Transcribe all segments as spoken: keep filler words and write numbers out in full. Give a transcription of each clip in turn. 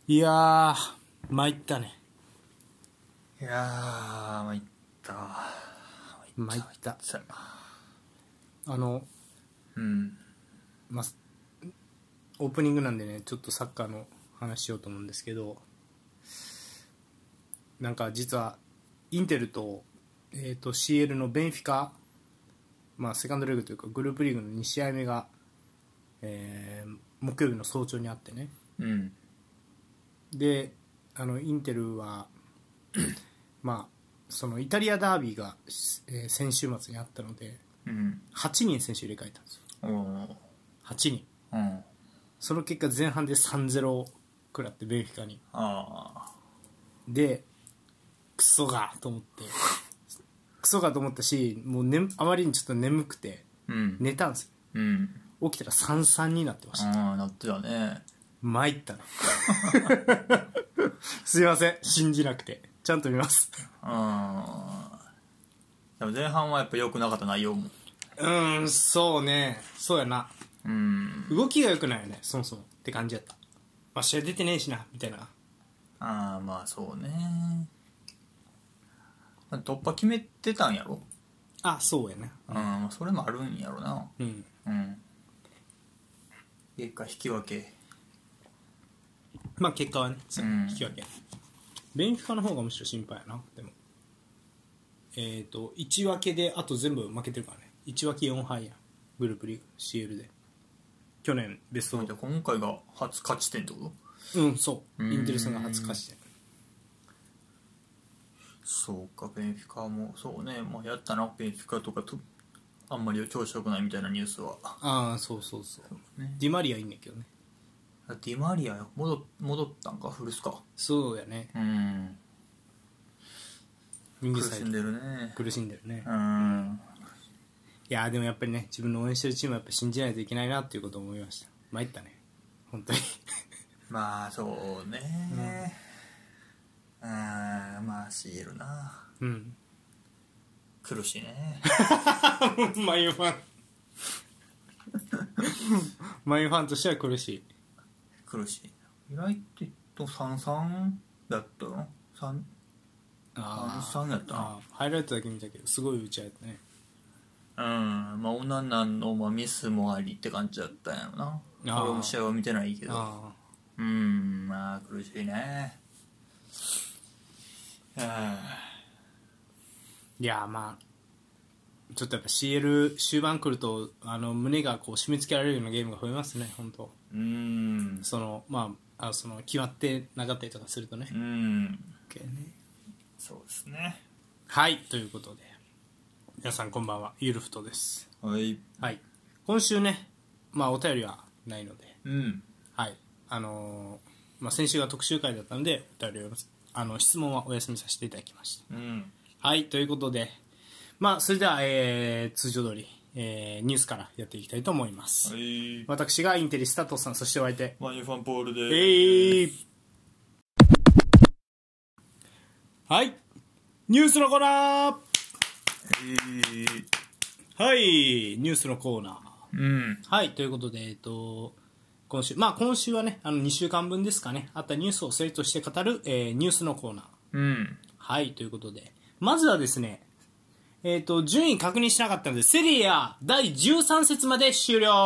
いやー参ったね。 いやー参った参った参ったあのうんまオープニングなんでね、ちょっとサッカーの話しようと思うんですけど、なんか実はインテルと、えー、と シーエル のベンフィカ、まあ、セカンドリーグというかグループリーグのに試合目が、えー木曜日の早朝にあってね。 うんであのインテルはまあそのイタリアダービーが、えー先週末にあったのでうんはちにん選手入れ替えたんですよ。 おーはちにん。 うんその結果前半で さんたいゼロ 食らってベンフィカに。 あでクソがと思ってクソがと思ったし、もう、ね、あまりにちょっと眠くてーうん寝たんですよ。 うん起きたら さんたいさん になってました。 ああなってたね。 参ったねすいません、信じなくて。ちゃんと見ます。 あでも前半はやっぱ良くなかった内容も。 うーん、そうね、そうやな。 うん動きが良くないよね、そもそもって感じやった。まあ試合出てねえしなみたいな。 ああまあそうね。突破決めてたんやろ。 あ、そうやね。 うんまあそれもあるんやろな。 うん。 うん結果引き分け。 まあ結果はね、 うん引き分け。ベンフィカの方がむしろ心配やな。でもえっ、ー、といち分けであと全部負けてるからね。いち分けよん敗やん、グループリーグ シーエル で。去年ベスト。 じゃあ今回が初勝ち点ってこと？ うん、そううんインテル戦が初勝ち点。 そうか、ベンフィカもそうね、まあ、やったな、ベンフィカとかとあんまり調子良くないみたいなニュースは。 ああ、そうそうそう、 ね、 ディマリアいいんだけどね。 ディマリア戻戻ったんか、フルスか。 そうやね。 うん右サイド苦しんでるね。 苦しんでるね。 うんいやでもやっぱりね、自分の応援してるチームはやっぱ信じないといけないなっていうことを思いました。参ったね本当にまあそうね、うん、まあシールな、 うん苦しいねマユファンマユファンとしては苦しい。 苦しい。意外とさんたいさんだったの さん, あさんやったな。 あハイライトだけ見たけどすごい打ち合いだったね。 うんまあオナナの、まあ、ミスもありって感じだったんやろな。 あー俺も試合は見てないけど。 あうんまあ苦しいね。 あいやまあちょっとやっぱ シーエル 終盤来るとあの胸がこう締め付けられるようなゲームが増えますね本当。 うんそのまああその決まってなかったりとかするとね。 うん、 OK ね。 そうですね。 はいということで皆さんこんばんは、ゆるふとです。 はいはい、今週ね、まあお便りはないので、 うんはいあのーまあ、先週が特集会だったのでお便りをあの質問はお休みさせていただきました。 うんはいということで、まあそれでは、えー、通常通り、えー、ニュースからやっていきたいと思います。 はい、 私がインテリスタトさん、そしてお相手マニファンポールでえー、はいニュースのコーナー。はいニュースのコーナー。 うんはいということで、えっと今週まあ今週はね、あのにしゅうかんぶんですかね、あったニュースを整理として語る、えー、ニュースのコーナー。 うんはいということで、まずはですね、えっと順位確認しなかったので、セリアだいじゅうさん節まで終了。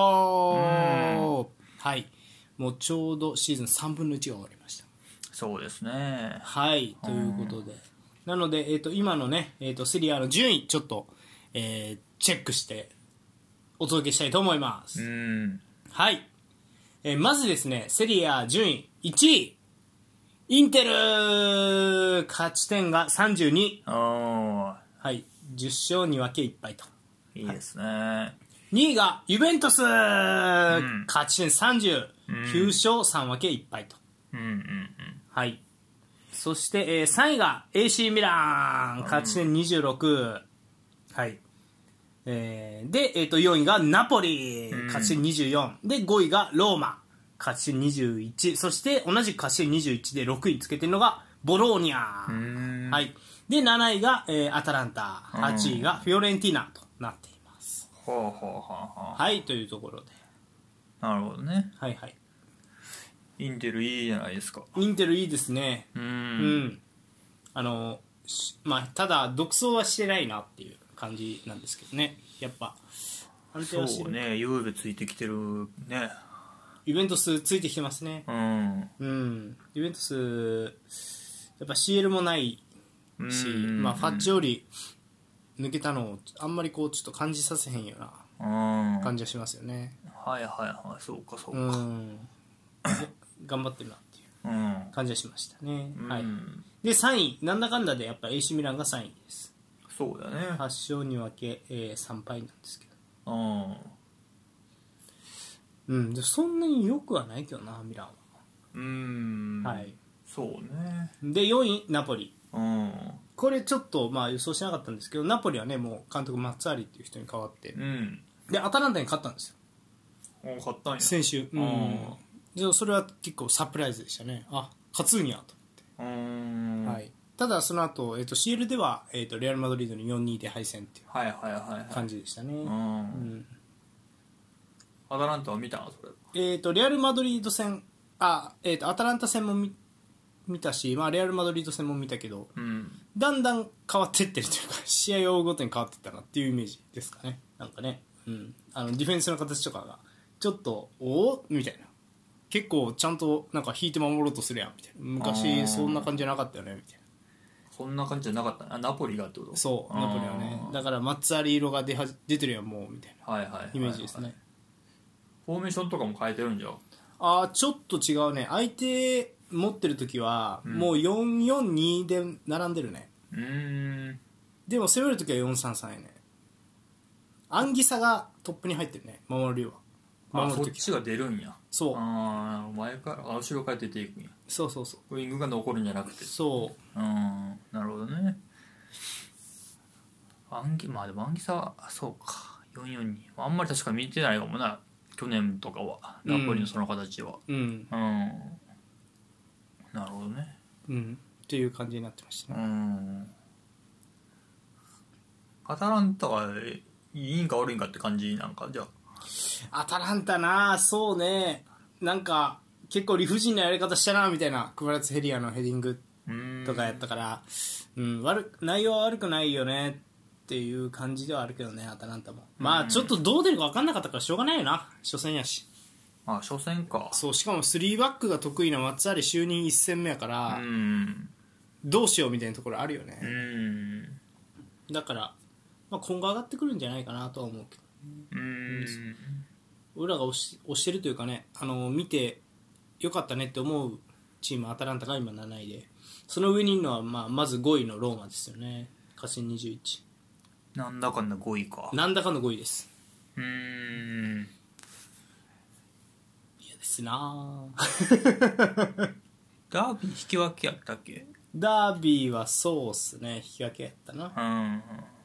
はいもうちょうどシーズンさんぶんのいちが終わりました。 そうですね。 はいということで、なので、えー、と今のね、えー、とセリアの順位ちょっと、えー、チェックしてお届けしたいと思います。 うんはい、えー、まずですね、セリア順位いちいインテル、勝ち点がさんじゅうに。 あはい、じゅっ勝に分けいっ敗と。 あいいですね、はい、 にいがユベントス、 ん勝ち点さんじゅう、きゅう勝さん分けいっ敗と。 うんうんはい、そして、えー、さんいが エーシー ミラン、勝ち点にじゅうろく、はいえー、で、えー、とよんいがナポリ、勝ち点にじゅうよんで、ごいがローマ、勝ち点にじゅういち、そして同じく勝ち点にじゅういちでろくいつけてるのがボローニャ、 うんはい、でなないが、えー、アタランタ、はちいがフィオレンティーナとなっています。 ほうほうほうほう。 はいというところで、 なるほどね。 はいはい、 インテルいいじゃないですか。 インテルいいですね。 ううんん、あのまあ、ただ独走はしてないなっていう感じなんですけどね。やっぱ安定はしてる。 そうね、ゆうべついてきてるね。 イベント数ついてきてますね。 うんうん、イベント数やっぱ シーエル もないし、 うんまあ、ファッチより抜けたのをあんまりこうちょっと感じさせへんようなうん感じはしますよね。 はいはいはい、そうかそううか。 ん頑張ってるなっていううん感じはしましたね、 うんはい、でさんいなんだかんだでやっぱ エーシー ミランがさんいです。 そうだね。 はち勝に分け、えー、さん敗なんですけど、 うんうん、でそんなに良くはないけどなミランうんは、はいそうね。 でよんいナポリ。 うんこれちょっとまあ予想しなかったんですけど、ナポリはねもう監督マッツァーリっていう人に代わって、 うんでアタランタに勝ったんですよお勝ったんや。 先週。うんでそれは結構サプライズでしたね。あ勝つんやとう思んって、はい、ただその後、えー、と シーエル では、えー、とレアル・マドリードに よんたいに で敗戦っていうはいはいはいはい。 感じでしたね。 うんうんアタランタは見たのそれ。 えー、とレアル・マドリード戦あ、えー、とアタランタ戦も 見, 見たし、まあ、レアル・マドリード戦も見たけど、 うんだんだん変わっていってるというか試合を追うごとに変わっていったなっていうイメージですかね。なんかね、うん、あのディフェンスの形とかがちょっとおおみたいな、結構ちゃんとなんか引いて守ろうとするやんみたいな、昔そんな感じじゃなかったよねみたいな。 そんな感じじゃなかったな。あナポリがってこと。 そうナポリはね、だからマッツァリ色が出は出てるやんもうみたいなはいはいはいはいイメージですね。 フォーメーションとかも変えてるんじゃん。 あーちょっと違うね。相手持ってる時はもうよんよんにで並んでるね。 うーんでも攻める時はよんさんさんやね。アンギサがトップに入ってるね、守るはあ守る時そっちが出るんや。 そうああ前からあ後ろから出ていくんや。 そうそうそうウイングが残るんじゃなくて。 そううんなるほどね。アンギまあでもアンギサはそうかよんよんにあんまり確か見てないかもな去年とかはナポリのその形は。 うんうんなるほどね。 うんっていう感じになってましたうね。 んアタランタはいいんか悪いんかって感じなんかじゃあ。 アタランタな、そうね、なんか結構理不尽なやり方したなみたいな、クバラツヘリアのヘディングとかやったから、うん、悪内容は悪くないよねっていう感じではあるけどね、アタランタも。まあちょっとどう出るか分かんなかったからしょうがないよな、初戦やし。 あ初戦か。 そうしかもスリーバックが得意なマッツァーリ就任いち戦目やから、 うんどうしようみたいなところあるよね。 うんだから、まあ、今後上がってくるんじゃないかなとは思うけど、 うん俺らが押し、押してるというかね、あの見てよかったねって思うチームアタランタが今なないで、その上にいるのは、まあ、まずごいのローマですよね。勝ちにじゅういち、 なんだかんだごいか。 なんだかのごいです。 うーん嫌ですなダービー引き分けやったっけ。 ダービーはそうっすね、引き分けやったな。 うん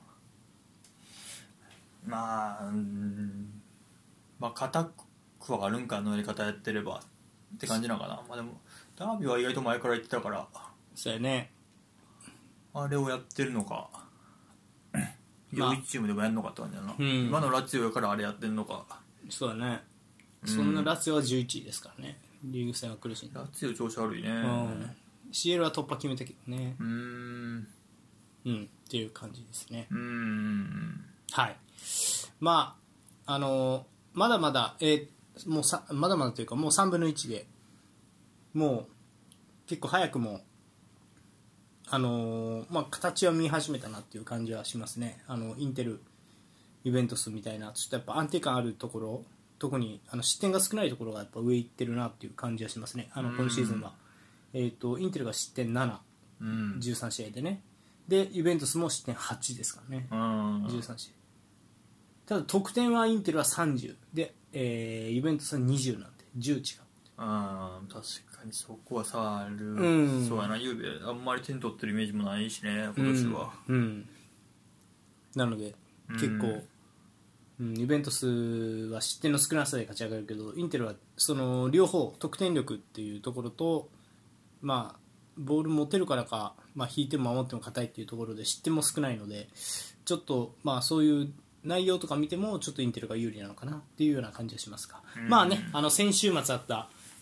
まあうんまあ硬くはあるんかのやり方やってればって感じなのかな。まあでもダービーは意外と前から言ってたからそうやね。 あれをやってるのかまあ上位チームでもやるのかって感じだな、 うん今のラツィオやからあれやってんのか。 そうだね、 うんそんなラツィオはじゅういちいですからね、リーグ戦は苦しいんだ。 ラツィオ調子悪いね。 うん、シーエル は突破決めたけどね、 うーんうんっていう感じですね。 うーんはい。まああのーまだまだ、えーもうさまだまだというかもうさんぶんのいちでもう結構早くもあのーまあ形は見始めたなっていう感じはしますね。あのインテル、ユベントスみたいなちょっとやっぱ安定感あるところ、特にあの失点が少ないところがやっぱ上行ってるなっていう感じはしますね。あの今シーズンは、えー、とインテルが失点なな、 うんじゅうさん試合でね、でユベントスも失点はちですからね、 うんじゅうさん試合。ただ得点はインテルはさんじゅうで、えー、ユベントスはにじゅうなんでじゅう違う。 あ確かにそこはさある、 うんそうやな。ゆうべあんまり点取ってるイメージもないしね今年は。 うん、うんなので結構、うん、ユベントスは失点の少なさで勝ち上がるけど、インテルはその両方得点力っていうところと、まあ、ボール持てるからか、まあ、引いても守っても硬いっていうところで失点も少ないので、ちょっと、まあ、そういう内容とか見てもちょっとインテルが有利なのかなっていうような感じがしますが、 うんまあね、あの先週末あった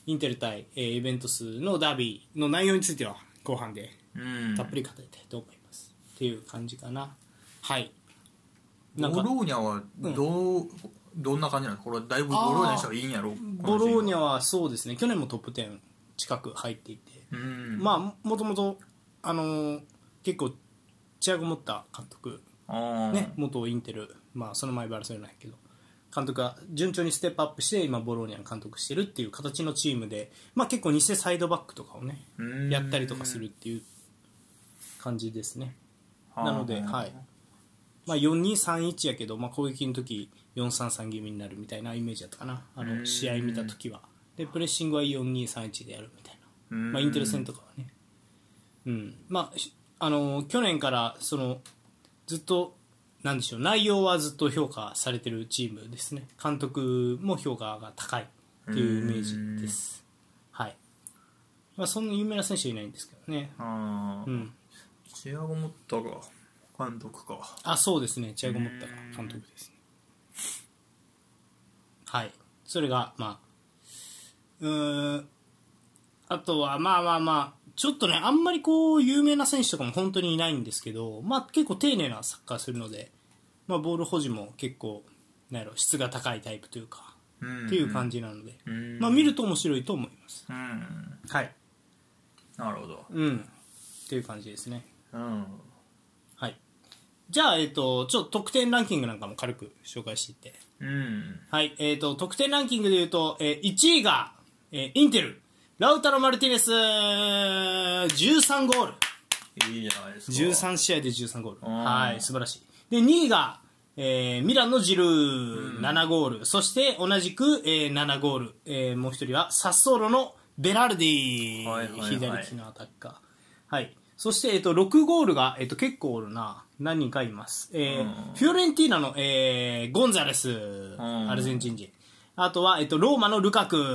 インテル対、えー、イベントスのダービーの内容については後半でうんたっぷり語りたいと思います、っていう感じかな。はい。 ボローニャはどう、うん、どんな感じなの？これだいぶボローニャにしたらいいんやろ。 ボローニャはそうですね、去年もトップじゅう近く入っていて、 うん、 まあもともとあのー、結構チアゴ・モッタ監督、ね、元インテル、まあ、その前バルセロナやけど監督が順調にステップアップして今ボローニャの監督してるっていう形のチームで、まあ、結構偽サイドバックとかをねやったりとかするっていう感じですね。なので、はい、まあ、よんにさんいちやけど、まあ、攻撃の時よんさんさん気味になるみたいなイメージだったかな、あの試合見た時は。でプレッシングはよんにさんいちでやるみたいな、まあ、インテル戦とかはね、うんまあ、あの去年からそのずっとなんでしょう、内容はずっと評価されてるチームですね。監督も評価が高いっていうイメージです。はい。まあそんな有名な選手はいないんですけどね。 ああ、 うん。 チアゴ・モッタが監督か。 あ、そうですね。チアゴ・モッタが監督ですね。はい。それがまあうーんあとはまあまあまあちょっとね、あんまりこう有名な選手とかも本当にいないんですけど、まあ、結構丁寧なサッカーするので、まあ、ボール保持も結構なんやろ質が高いタイプというか、うん、っていう感じなので、うん、まあ、見ると面白いと思います、うん、はい、 なるほど、 うん、っていう感じですね、 うん、 はい。じゃあ、えーと、ちょっと得点ランキングなんかも軽く紹介していって、うん、はい、えーと、得点ランキングでいうと、えー、いちいが、えー、インテルラウタロ・マルティネスじゅうさんゴール、 いいじゃないですか。 じゅうさん試合でじゅうさんゴール、はい、素晴らしい。でにいが、えー、ミランのジルー、うん、ななゴール、そして同じく、えー、ななゴール、えー、もう一人はサッソーロのベラルディ、はいはいはい、左利きのアタッカー、はい、そして、えー、とろくゴールが、えー、と結構おるな、何人かいます、えーうん、フィオレンティーナの、えー、ゴンザレス、うん、アルゼンチン人、あとは、えー、とローマのルカク、うん、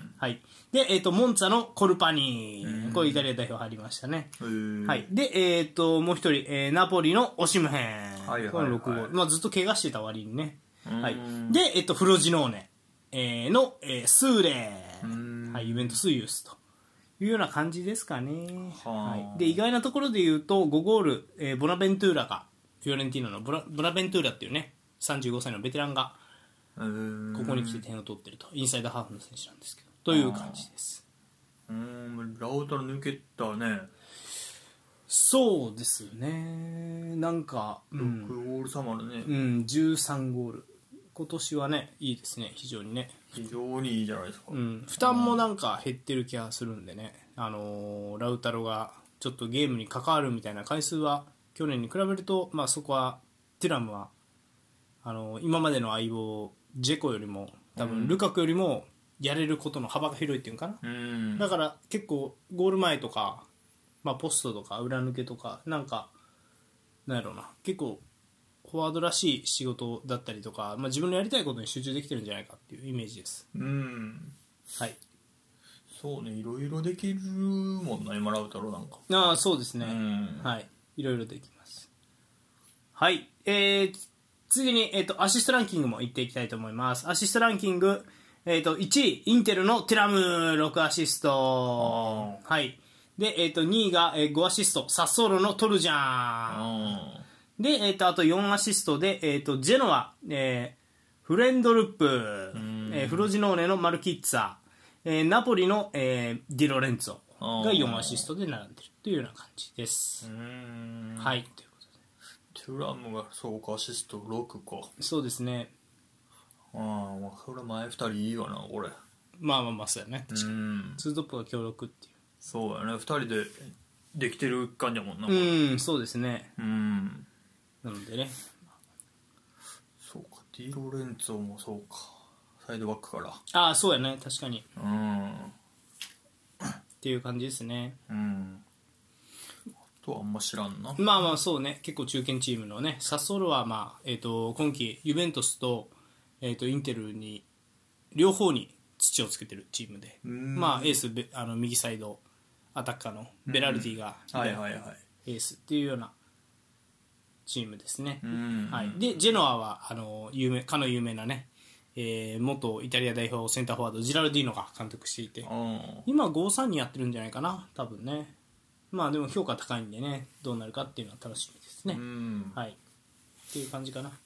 はい、で、えー、とモンツァのコルパニー、これイタリア代表入りましたね、はい、で、えー、ともう一人、えー、ナポリのオシムヘン、はいはいはい、このろくゴール、まあ、ずっと怪我してた割にね、はい、で、えー、とフロジノーネ、えー、の、えー、スーレー、はい、ユベントスユースというような感じですかね、はい、で意外なところで言うとごゴール、えー、ボナベントゥーラがフィオレンティーナのボナ、ボナベントゥーラっていうねさんじゅうごさいのベテランがここに来て点を取ってると、インサイドハーフの選手なんですけどという感じです。 うーん、ラウタロ抜けたね。 そうですね、なんか、 うん、ろくゴール差もあるね、 うん、じゅうさんゴール、今年はねいいですね、非常にね、 非常にいいじゃないですか、 うん、負担もなんか減ってる気がするんでね、あのー、ラウタロがちょっとゲームに関わるみたいな回数は去年に比べると、まあ、そこはテュラムはあのー、今までの相棒ジェコよりも多分ルカクよりもやれることの幅が広いっていうかな、うん、だから結構ゴール前とか、まあ、ポストとか裏抜けとかなんかなんやろうな、結構フォワードらしい仕事だったりとか、まあ、自分のやりたいことに集中できてるんじゃないかっていうイメージです。うん、はい、 そうね、いろいろできるもんな今ラウタロなんか。 ああそうですね、うん、はい、いろいろできます。はい、えー、次に、えーと、アシストランキングもいっていきたいと思います。アシストランキング、えーと、いちいインテルのテュラムろくアシスト、はい、で、えーと、にいが、えー、ごアシストサッソーロのトルジャンで、えーと、あとよんアシストで、えーと、ジェノア、えー、フレンドルップ、えー、フロジノーネのマルキッツァ、えー、ナポリの、えー、ディロレンツォがよんアシストで並んでいるというような感じです。はい、 テュラムがそうかアシストろくか。 そうですね。 ああ、まあそれ前ふたりいいわなこれ。 まあまあまあそうやね。確かにツートップが強力っていう。 そうやね、ふたりでできてる感じやもんな。 うん、そうですね。 うんなのでね、 そうか、ディロレンツォもそうか、サイドバックから。 ああそうやね、確かに。 うんっていう感じですね。 うんとはあんま知らんな。 まあまあそうね、結構中堅チームのね、サッソーロは、まあえー、と今季ユベントスと、えー、とインテルに両方に土をつけてるチームで、まあエースあの右サイドアタッカーのベラルディがエースっていうようなチームですね。はい、でジェノアはあの有名かの有名なね、 えー、元イタリア代表センターフォワードジラルディーノが監督していて、 あ今ごさんにやってるんじゃないかな多分ね。まあでも評価高いんでね、どうなるかっていうのは楽しみですね。 うん、 はいっていう感じかな。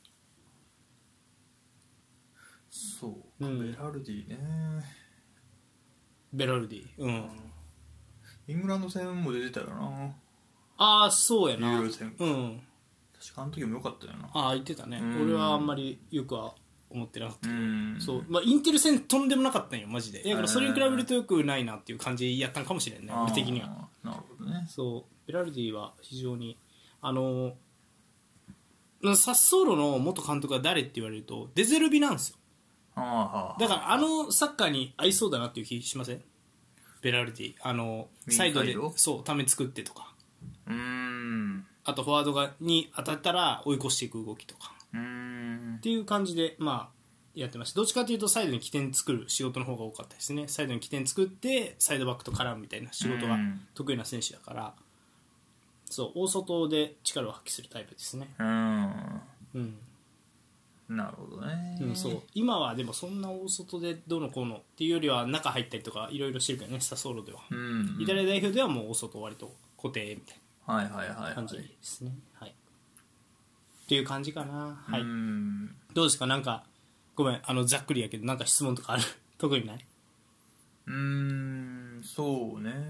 そうか、 うんベラルディね。 ベラルディ、うん、 イングランド戦も出てたよな。 ああそうやな、 ユーロ戦うん、 確かあの時も良かったよな。 ああ言ってたね、 うん俺はあんまりよくは思ってなかったけど、 うんそうまあ、インテル戦とんでもなかったんよマジで。だからそれに比べるとよくないなっていう感じやったんかもしれんね、俺的には。 なるほどね。 そうベラルディは非常にあのサッソーロの元監督が誰って言われるとデゼルビなんですよ。 ああだからあのサッカーに合いそうだなっていう気しません？ベラルディあのサイドでそうため作ってとか、 うーんあとフォワードがに当たったら追い越していく動きとかうーんっていう感じでまあやってました。どっちかというとサイドに起点作る仕事の方が多かったですね。サイドに起点作ってサイドバックと絡むみたいな仕事が得意な選手だから、そう大外で力を発揮するタイプですね。 うーんうんなるほどね、 うん、そう今はでもそんな大外でどうのこうのっていうよりは中入ったりとかいろいろしてるけどね、サソーロでは、 うんうんイタリア代表ではもう大外割と固定みたいはいはいはいはない感じですね、はいっていう感じかな、はい、 うんどうですか、なんかごめんあのざっくりやけどなんか質問とかある特にない？ うーんそうね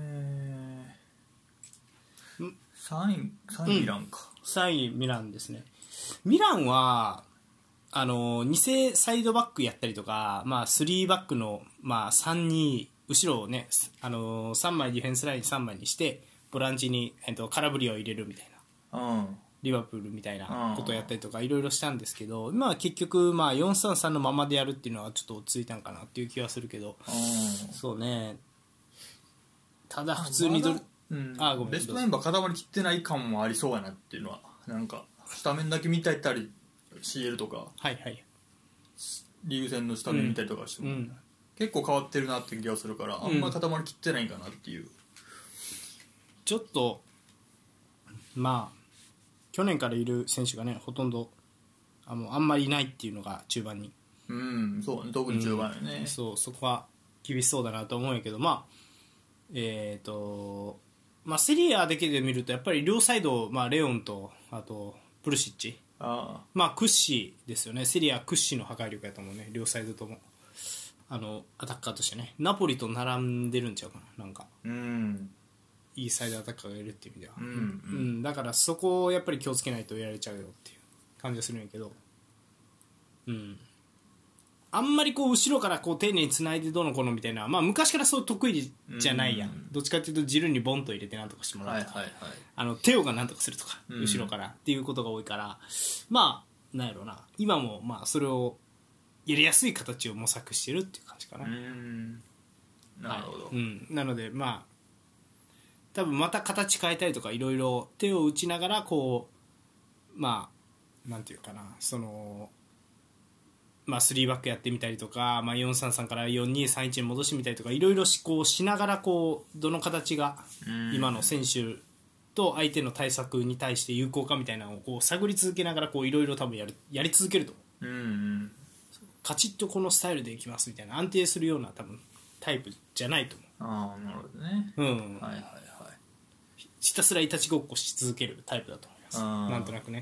さんいさんいミランか、 さんいミランですね。ミランはあの偽サイドバックやったりとか、まあ、スリーバックの、まあ、さんに後ろをねあのさんまいディフェンスラインさんまいにしてボランチに、えっと、空振りを入れるみたいな、 うんリバプールみたいなことをやったりとかいろいろしたんですけど、今は結局、まあ、よんさんさんのままでやるっていうのはちょっと落ち着いたんかなっていう気はするけど、そうねただ普通にど、 まだうんあごめんベストメンバー固まりきってない感もありそうやなっていうのはなんかスタメンだけ見たり シーエル とかはいはい、 リーグ戦のスタメン見たりとかしても、 うん、 結構変わってるなって気がするから、あんま固まりきってないんかなっていう、 ちょっとまあ去年からいる選手がねほとんど あ, もうあんまりいないっていうのが中盤に、 うんそうね特に中盤よね、 うん、そうそこは厳しそうだなと思うんやけど、まあえーとまあ、セリアだけで見るとやっぱり両サイド、まあ、レオンとあとプルシッチ、 あまあ、屈指ですよね。セリア屈指の破壊力やと思うね、両サイドともあのアタッカーとしてね。ナポリと並んでるんちゃうかな、なんかうんいいサイドアタッカーがいるっていう意味では、 うんうんうん、だからそこをやっぱり気をつけないとやられちゃうよっていう感じがするんやけど、うん、あんまりこう後ろからこう丁寧に繋いでどうのこうのみたいな、まあ、昔からそう得意じゃないやん、 うん、 どっちかっていうとジルにボンと入れてなんとかしてもらうとか、 はいはいはいあのテオがなんとかするとか、 うん、 後ろからっていうことが多いから、まあなんやろうな、今もまあそれをやりやすい形を模索してるっていう感じかな。 うんなるほど、 はい、うん、なのでまあ多分また形変えたりとかいろいろ手を打ちながらこうまあなんていうかな、そのまあスリーバックやってみたりとか、まあ、よんさんさんからよんにさんいちに戻してみたりとかいろいろ試行しながらこうどの形が今の選手と相手の対策に対して有効かみたいなのをこう探り続けながらいろいろ多分やるやり続けると思う、 うんうん、 カチッとこのスタイルでいきますみたいな安定するような多分タイプじゃないと思う。 ああなるほどね、 うん、 はいはいはい、 ひたすらいたちごっこし続けるタイプだと思います、なんとなくね、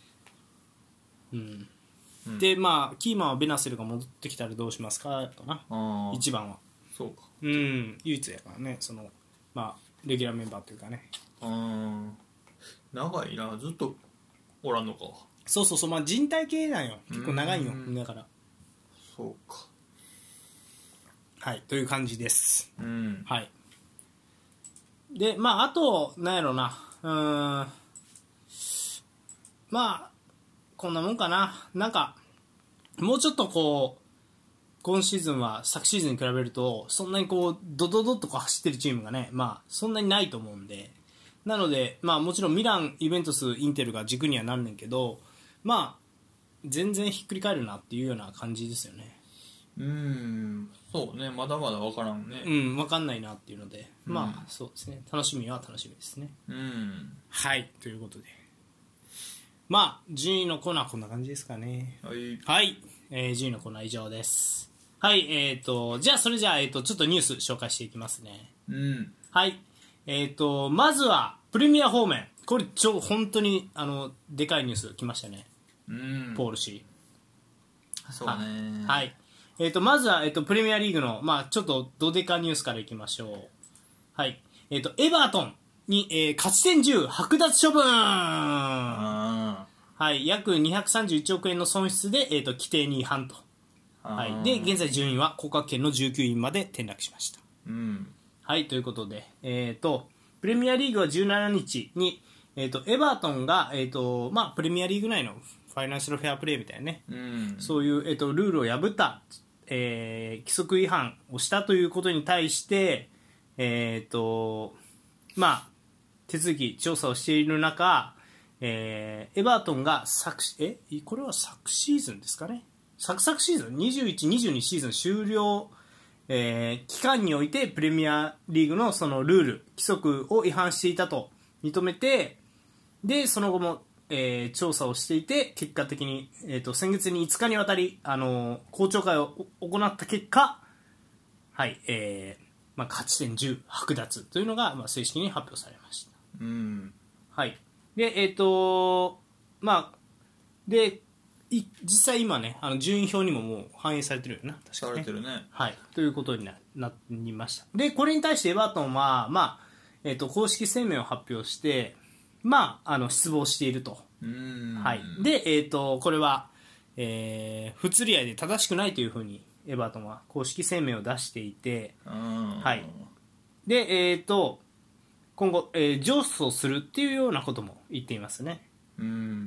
うんうん、でまあキーマンはベナセルが戻ってきたらどうしますかとな、一番はそうか、 うん、唯一やからね、そのまあレギュラーメンバーというかね、 うん長いな、ずっとおらんのか。 そうそうそう、まあ人体系なんよ、結構長いよ、だからそうか、 はいという感じです、 うん、 はい。でまああとなんやろな、うーんまあこんなもんかな。なんかもうちょっとこう今シーズンは昨シーズンに比べるとそんなにこうドドドッとこう走ってるチームがね、まあそんなにないと思うんで、なのでまあもちろんミラン、ユベントス、インテルが軸にはなんねんけど、まあ全然ひっくり返るなっていうような感じですよね。 うーんそうね、まだまだ分からんね、 うん分かんないなっていうので、うん、まあそうですね、楽しみは楽しみですね。 うんはいということで、まあ順位のコーナーこんな感じですかね。 はい、 はい、 えー、順位のコーナー以上です。はい、えーと、じゃあそれじゃあ、えーと、ちょっとニュース紹介していきますね。 うん。 はい、えーと、まずはプレミア方面。これ超本当にあのでかいニュース来ましたね。 うん。 ポール氏。 そうね。 はい。えーと、まずは、えーと、プレミアリーグの、まあ、ちょっとどでかニュースからいきましょう。はい。えーと、エバートンに、えー、勝ち点じゅう剥奪処分。 あはい、約にひゃくさんじゅういちおくえんの損失で、えーと、規定に違反と。はい、で現在順位は降格圏のじゅうきゅういまで転落しました。 うん。 はいということで、えーと、プレミアリーグはじゅうしちにちに、えーと、エバートンが、えーとまあ、プレミアリーグ内のファイナンシャルフェアプレーみたいなね、 うん、 そういう、えーと、ルールを破った、えー、規則違反をしたということに対して、えーとまあ、手続き調査をしている中、えー、エバートンが昨えこれは昨シーズンですかね、昨々シーズンにじゅういち、にじゅうにシーズン終了、えー、期間においてプレミアリーグのそのルール規則を違反していたと認めて、でその後も、えー、調査をしていて、結果的に、えー、と先月にいつかにわたり、あのー、公聴会を行った結果、はいえーまあ、勝ち点じゅう剥奪というのが、まあ、正式に発表されました。 うん、 はいでえっ、ー、とまあでい実際今ね、あの順位表にももう反映されてるよな、確かに、ね、 されてるね。 はい、ということに な, なりました。でこれに対してエバートンは、まあえー、と公式声明を発表して、まあ、あの失望していると。 うん、 はい、で、えー、とこれは、えー、不釣り合いで正しくないというふうにエバートンは公式声明を出していて、はい、で、えー、と今後、えー、上訴するっていうようなことも言っていますね。 うん、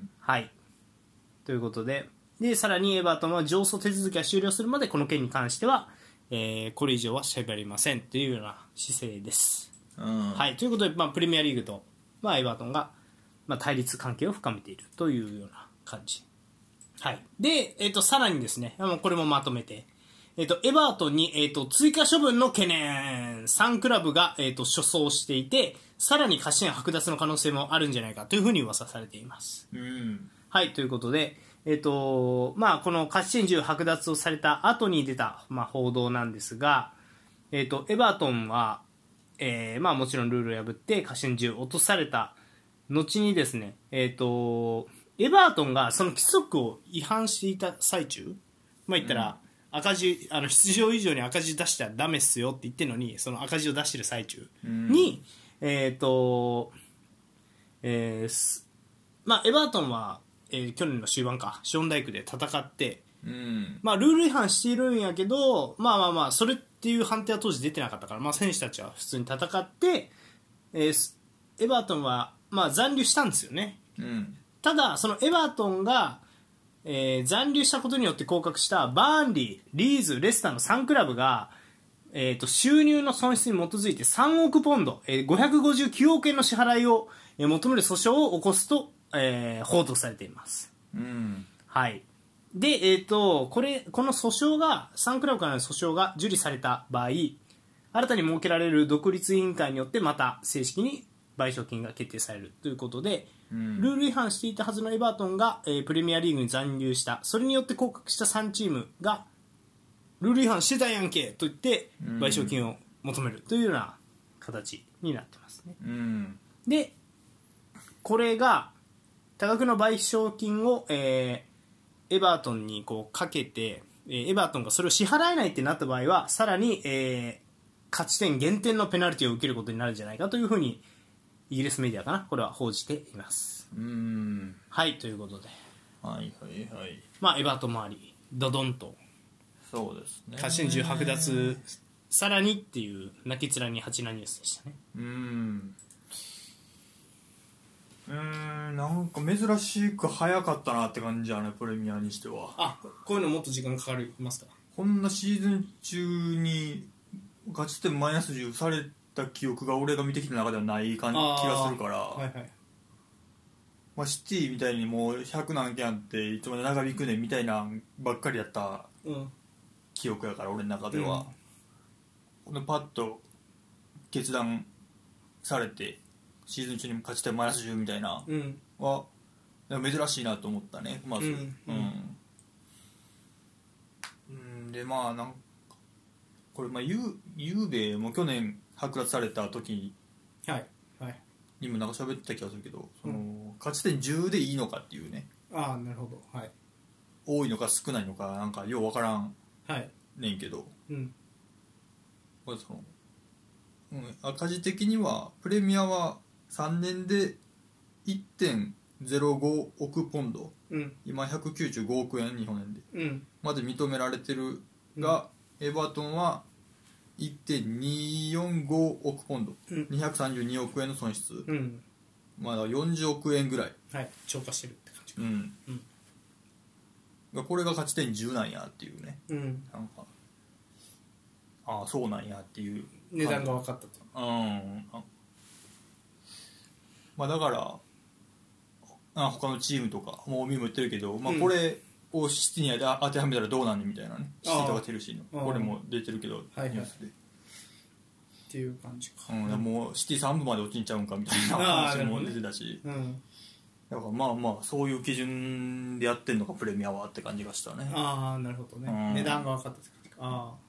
はいということで、でさらにエバートンは上訴手続きが終了するまでこの件に関しては、えー、これ以上はしゃべりませんというような姿勢です。 うん、 はいということで、まあ、プレミアリーグと、まあ、エバートンが、まあ、対立関係を深めているというような感じ。はいで、えー、とさらにですね、これもまとめて、えー、とエバートンに、えー、と追加処分の懸念、さんクラブが、えー、と所相していて、さらに勝ち点剥奪の可能性もあるんじゃないかというふうに噂されています。 うん、 はいということで、えーとまあ、この勝ち点じゅう剥奪をされた後に出た、まあ、報道なんですが、えー、とエバートンは、えーまあ、もちろんルールを破って勝ち点じゅう落とされた後にですね、えー、とエバートンがその規則を違反していた最中、まあ、言ったら、うん、赤字あの出場以上に赤字出しちゃダメっすよって言ってるのに、その赤字を出してる最中に、うん、えーとえーまあ、エバートンは、えー、去年の終盤かショーンダイクで戦って、 うんまあ、ルール違反しているんやけど、まあまあまあそれっていう判定は当時出てなかったから、まあ、選手たちは普通に戦って、えー、エバートンは、まあ、残留したんですよね。 うん、 ただそのエバートンが、えー、残留したことによって降格したバーンリー、リーズ、レスターのさんクラブが、えー、と収入の損失に基づいてさんおくポンド、えー、ごひゃくごじゅうきゅうおくえんの支払いを、えー、求める訴訟を起こすと、えー、報道されています。 うん、 はいでえー、とこれこの訴訟がさんクラブからの訴訟が受理された場合、新たに設けられる独立委員会によってまた正式に賠償金が決定されるということで、うん、ルール違反していたはずのエバートンが、えー、プレミアリーグに残留した、それによって降格したさんチームがルール違反してたやんけと言って賠償金を求めるというような形になってますね。 うん、 でこれが多額の賠償金を、えーエバートンにこうかけて、えー、エバートンがそれを支払えないってなった場合はさらに、えー、勝ち点減点のペナルティを受けることになるんじゃないかというふうにイギリスメディアかなこれは報じています。 うーんはいということで、 はいはいはい、 まあ、エバートン周りドドンとそうですね、 勝ち点じゅう剥奪さらにっていう泣き面に蜂なニュースでしたね。 うーんうーんなんか珍しく早かったなって感じやね、プレミアにしては。 あこういうのもっと時間かかりますか。 こんなシーズン中に勝ち点マイナスじゅうされた記憶が俺が見てきた中ではない感じ気がするから、 はいはいまあ、シティみたいにもうひゃく何件あっていつまで長引くねみたいなばっかりやった記憶やから、俺の中では、うん、このパッと決断されてシーズン中に勝ち点マイナスじゅうみたいなは、うん、珍しいなと思ったねまず、うんうん、 でまあなんかこれまあゆうゆうべも去年剥奪された時はいはいにもなんか喋ってた気がするけど、その、うん、勝ち点じゅうでいいのかっていうね、 ああなるほど、はい、 多いのか少ないのかなんかよう分からんねんけど、 はい、うん、 これその、うん、赤字的にはプレミアはさんねんで いってんゼロごおくポンド、うん、今ひゃくきゅうじゅうごおくえん日本円で、うん、まで認められてるが、うん、エバートンは いってんにーよんごおくポンド、うん、にひゃくさんじゅうにおくえんの損失、うん、まだよんじゅうおくえんぐらい、 はい、超過してるって感じか、 うんうん、これが勝ち点じゅうなんやっていうね、うん、なんかああそうなんやっていう値段が分かったと、 うんまあ、だからあ他のチームとかもうみも言ってるけど、まあ、これをシティに当てはめたらどうなんねみたいなね、シティとかチェルシーのこれも出てるけどニュースで、 っていう感じか、 うん、もうシティさんぶまで落ちんちゃうんかみたいな話も出てたし、うん、だからまあまあそういう基準でやってんのかプレミアはって感じがしたね。 ああなるほどね、うん、値段が分かったって感じか。ああ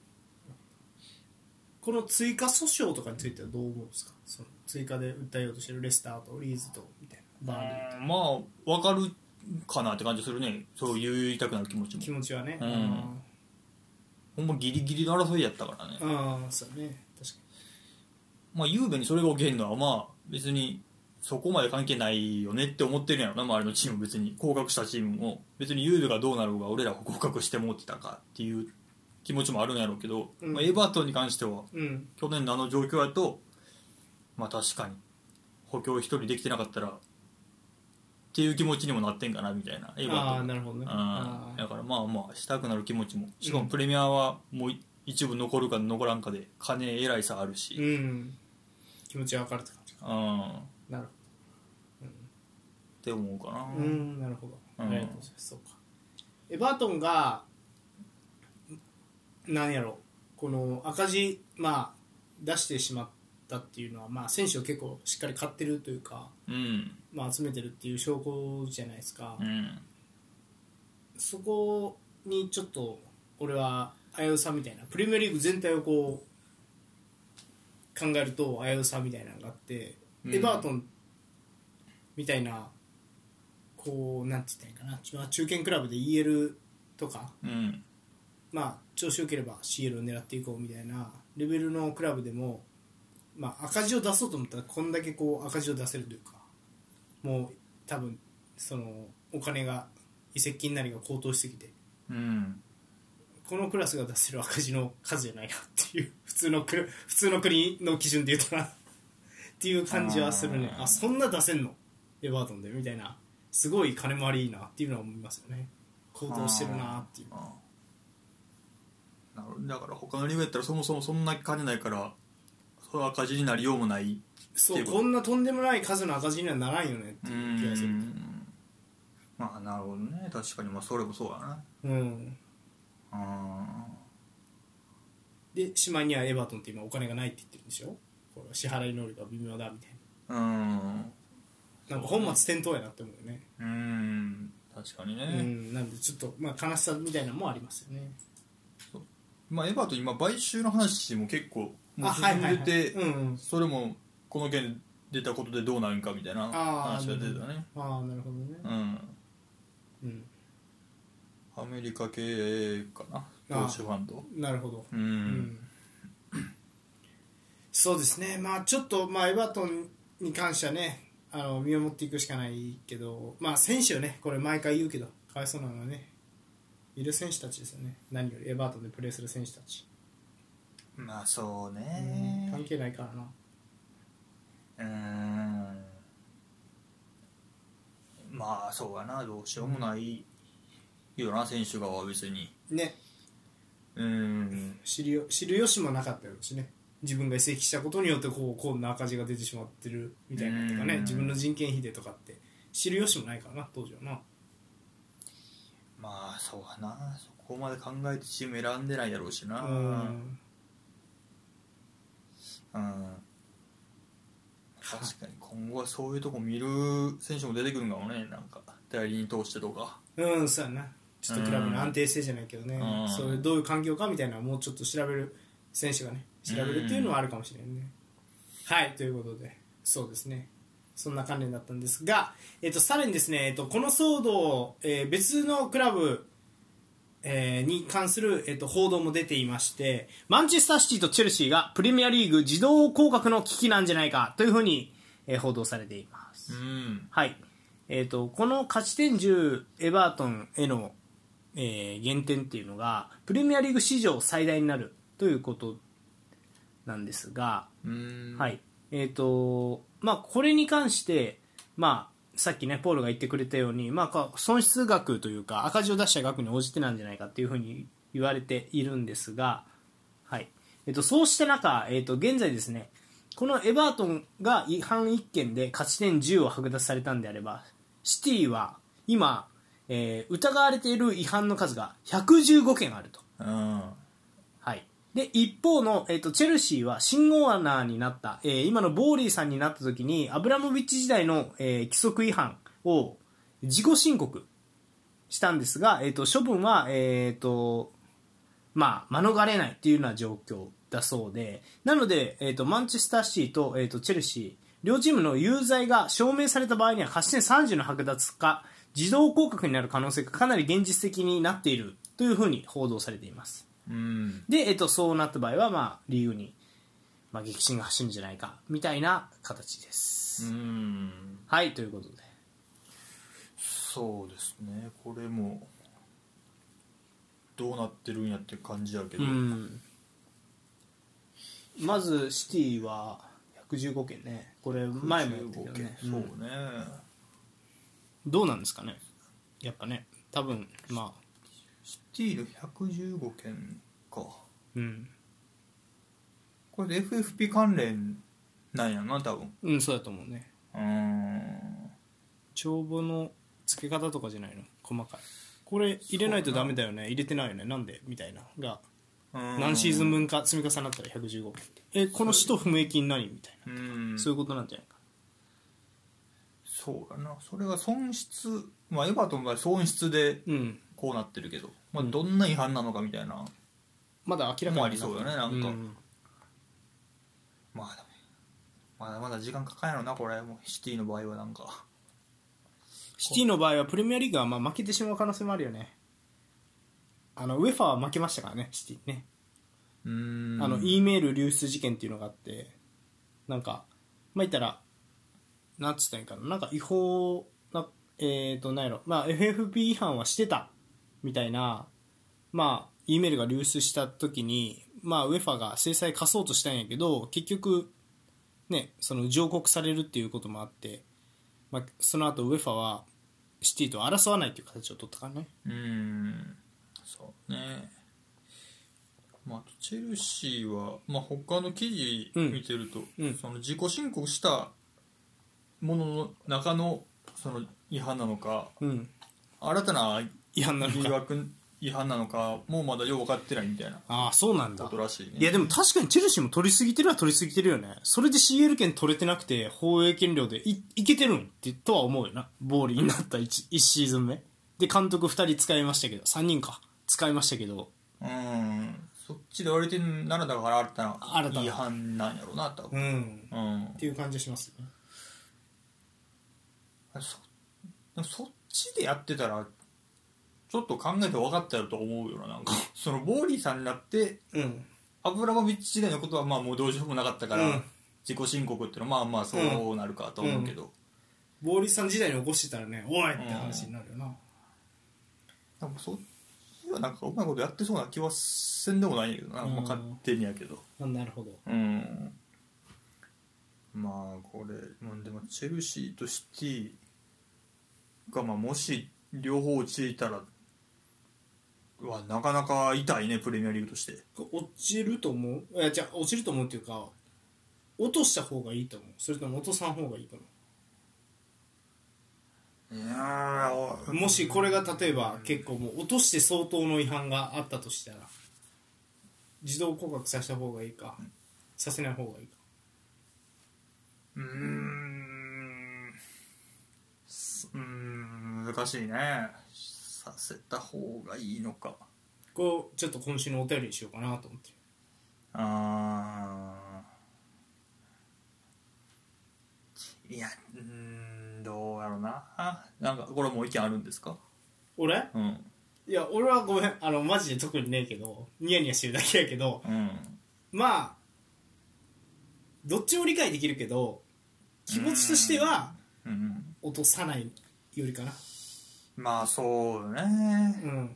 この追加訴訟とかについてはどう思うんですか、その追加で訴えようとしてるレスターとリーズとみたいなバーンリーと、 まあ分かるかなって感じするね、そう言いたくなる気持ちも気持ちはね、 うん、ほんまギリギリの争いやったからね。 ああそうね確かにまあゆうべにそれが起きるのはまあ別にそこまで関係ないよねって思ってるんやろな、周りのチーム別に降格したチームも別にゆうべがどうなるか俺らが降格してもってたかっていう気持ちもあるんやろうけど、うんまあ、エバートンに関しては、うん、去年のあの状況やとまあ確かに補強一人できてなかったらっていう気持ちにもなってんかなみたいな、エバートンああなるほどね、 あだからまあまあしたくなる気持ちも、しかもプレミアはもう一部残るか残らんかで金えらい差あるし、うん、 気持ちは分かるって感じか、うん、なるほど、うん、 って思うかな。 うんなるほど、ありがとうございます。そうかエバートンが何やろこの赤字、まあ、出してしまったっていうのは、まあ、選手を結構しっかり買ってるというか、うんまあ、集めてるっていう証拠じゃないですか、うん、そこにちょっと俺は危うさみたいなプレミアリーグ全体をこう考えると危うさみたいなのがあって、うん、エバートンみたいなこうなんて言ったらいいかな、中堅クラブで イーエル とか、うんまあ、調子よければ シーエル を狙っていこうみたいなレベルのクラブでも、まあ、赤字を出そうと思ったらこんだけこう赤字を出せるというか、もう多分そのお金が移籍金なりが高騰しすぎて、うん、このクラスが出せる赤字の数じゃないなっていう普通の普通の国の基準で言うとなっていう感じはするね。あそんな出せんのエバートンでみたいな、すごい金回りいいなっていうのは思いますよね。高騰してるなっていう。 だから他のリーグやったらそもそもそんな金ないからそれは赤字になりようもないそうこんなとんでもない数の赤字にはならんよねっていう気がする。 まあなるほどね、確かにまあそれもそうだな。うんあでしまいにはエバートンって今お金がないって言ってるんでしょ、これ支払い能力が微妙だみたいな。うんなんか本末転倒やなって思うよね。 うん確かにね。 うんなんでちょっとまあ悲しさみたいなのもありますよね。 まあ、エバートン今買収の話も結構もう進んでて、それもこの件出たことでどうなるんかみたいな話が出てたね。 ああなるほどね、うんうん、アメリカ系かな投資ファンド。 なるほど、うんうん、そうですね。まあちょっと、まあ、エバートンに関してはねあの見守っていくしかないけど、まあ選手はねこれ毎回言うけどかわいそうなのはねいる選手たちですよね。何よりエバートンでプレーする選手たち。 まあそうね、 うん、関係ないからな。 うーんまあそうやな、どうしようもないよな、うん、選手側は別にねうん知るよ知る由もなかったよしね。自分が移籍したことによってこうこんな赤字が出てしまってるみたいなとかね、自分の人件費でとかって知る由もないからな当時はな。 まあそうやな、そこまで考えてチーム選んでないやろうしな。うん、うん、確かに今後はそういうとこ見る選手も出てくるんかもね、なんか代理人通してとか。 うんそうやな。 ちょっとクラブの安定性じゃないけどね、 うん、 そういうどういう環境かみたいなのをもうちょっと調べる選手がね調べるっていうのはあるかもしれないね、うん、はいということでそうですねそんな関連だったんですが、えー、とさらにですね、えー、とこの騒動、えー、別のクラブ、えー、に関する、えー、と報道も出ていまして、マンチェスターシティとチェルシーがプレミアリーグ自動降格の危機なんじゃないかというふうに、えー、報道されています、 うん、 はい、えー、とこの勝ち点じゅうエバートンへの、えー、減点っていうのがプレミアリーグ史上最大になるということなんですが、 うん、 はい、えーとまあ、これに関して、まあ、さっきねポールが言ってくれたように、まあ、損失額というか赤字を出した額に応じてなんじゃないかというふうに言われているんですが、はいえーとそうした中、えーと現在ですねこのエバートンが違反いっけんで勝ち点じゅうを剥奪されたんであればシティは今、えー、疑われている違反の数がひゃくじゅうごけんあると、 うんはい、で一方の、えー、とチェルシーは新オーナーになった、えー、今のボーリーさんになった時にアブラモビッチ時代の、えー、規則違反を自己申告したんですが、えー、と処分は、えーとまあ、免れないというような状況だそうでなので、えー、とマンチェスターシティと、えー、とチェルシー両チームの有罪が証明された場合には勝ち点さんじゅうの剥奪か自動降格になる可能性がかなり現実的になっているというふうに報道されています。 うん、 で、えっと、そうなった場合は、まあ、理由に、まあ、激震が走るんじゃないかみたいな形です、 うん、 はいということでそうですねこれもどうなってるんやって感じやけど、 うんまずシティはひゃくじゅうごけんねこれ前もやったけどねそうね、 うん、どうなんですかねやっぱね多分まあシティのひゃくじゅうごけんかうんこれで エフエフピー 関連なんやな多分うんそうだと思うねうーん帳簿の付け方とかじゃないの細かいこれ入れないとダメだよね入れてないよねなんでみたいなが何シーズン分か積み重なったらひゃくじゅうごけんってえこの使途不明金何みたいなうんそういうことなんじゃないかそうだなそれが損失まあエバートンの場合損失でうんこうなってるけど、まあ、どんな違反なのかみたいな、 まだ明らかにもありそうだねなんか、 うんまあまだまだ時間かかるのなこれもうシティの場合はなんかシティの場合はプレミアリーグはまあ負けてしまう可能性もあるよねあのウェファは負けましたからねシティねうーんあの E メール流出事件っていうのがあってなんかまあ言ったらなんつったらいいかななんか違法なえーとなんやろまあ エフエフピー 違反はしてたみたいなまあ E メールが流出した時にまあウェファが制裁課そうとしたんやけど結局ねその上告されるっていうこともあって、まあ、その後ウェファはシティと争わないという形を取ったからねうーんそうねまあ、チェルシーは、まあ、他の記事見てると、 うんうん、 その自己申告したものの中のその違反なのか、 うん、 新たな違反なのか疑惑違反なのかもうまだよく分かってないみたいなああそうなんだことらしいね。 いやでも確かにチェルシーも取りすぎてるは取りすぎてるよねそれで シーエル 権取れてなくて放映権料で い, いけてるんってとは思うよなボーリーになった 1, いちシーズン目で監督ふたり使いましたけどさんにんか使いましたけどうんそっちで言われてるならだから新たな新たな違反なんやろうな多分、 うん、 うん、 っていう感じしますねそ, そっちでやってたらちょっと考えて分かったやろと思うよななんかそのボーリーさんになって、 うん、 アブラモビッチ時代のことはまあもうどうしようもなかったから、うん、自己申告っていうのはまあまあそうなるかと思うけど、うんうん、ボーリーさん時代に起こしてたらねおいって話になるよな、うん、 なんかそっちはなんかうまいことやってそうな気はせんでもないんやけどな、うん、まあ、勝手にやけどなるほどうんまあこれでもチェルシーとシティがまあもし両方落ちたらはなかなか痛いねプレミアリーグとして落ちると思ういやじゃあ落ちると思うっていうか落とした方がいいと思うそれとも落とさん方がいいと思ういやもしこれが例えば結構もう落として相当の違反があったとしたら自動降格させた方がいいかさせない方がいいかうーんうーん難しいねさせた方がいいのか。 こうちょっと今週のお便りにしようかなと思って。 あーいやうーんどうやろうな。なんかこれもう意見あるんですか？ 俺うんいや俺はごめんあのマジで特にねえけどニヤニヤしてるだけやけど、 うんまあどっちも理解できるけど気持ちとしてはうん、うん、 落とさないよりかな。 まあそうね、 うん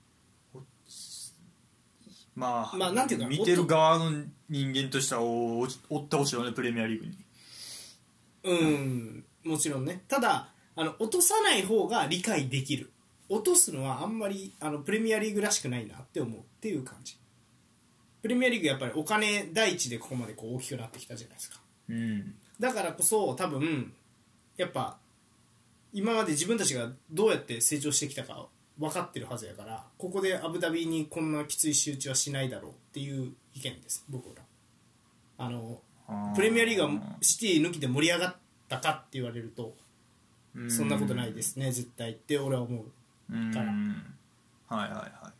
まあ、 まあなんていうか見てる側の人間としてはお追ってほしいよねプレミアリーグに。 うんもちろんね。ただあの落とさない方が理解できる。落とすのはあんまりあのプレミアリーグらしくないなって思うっていう感じ。プレミアリーグやっぱりお金第一でここまでこう大きくなってきたじゃないですか。 うんだからこそ多分やっぱ今まで自分たちがどうやって成長してきたか分かってるはずやから、ここでアブダビにこんなきつい仕打ちはしないだろうっていう意見です僕ら。あのプレミアリーグがシティ抜きで盛り上がったかって言われるとそんなことないですね絶対って俺は思うから。 はいはいは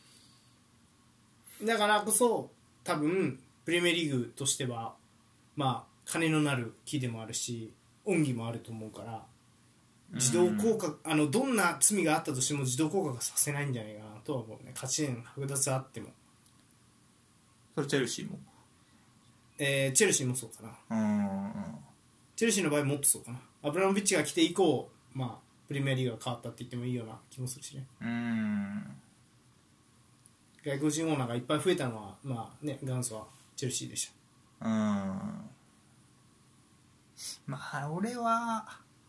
だからこそ多分プレミアリーグとしてはまあ金のなる木でもあるし恩義もあると思うから自動降格、あのどんな罪があったとしても自動降格させないんじゃないかなとは思うね。勝ち点剥奪あっても。 それチェルシーも、 えー、チェルシーもそうかな。 うんチェルシーの場合もっとそうかな。アブラモビッチが来て以降、まあ、プレミアリーグが変わったって言ってもいいような気もするしね。 うん外国人オーナーがいっぱい増えたのは、まあね、元祖はチェルシーでした。 うんまあ俺は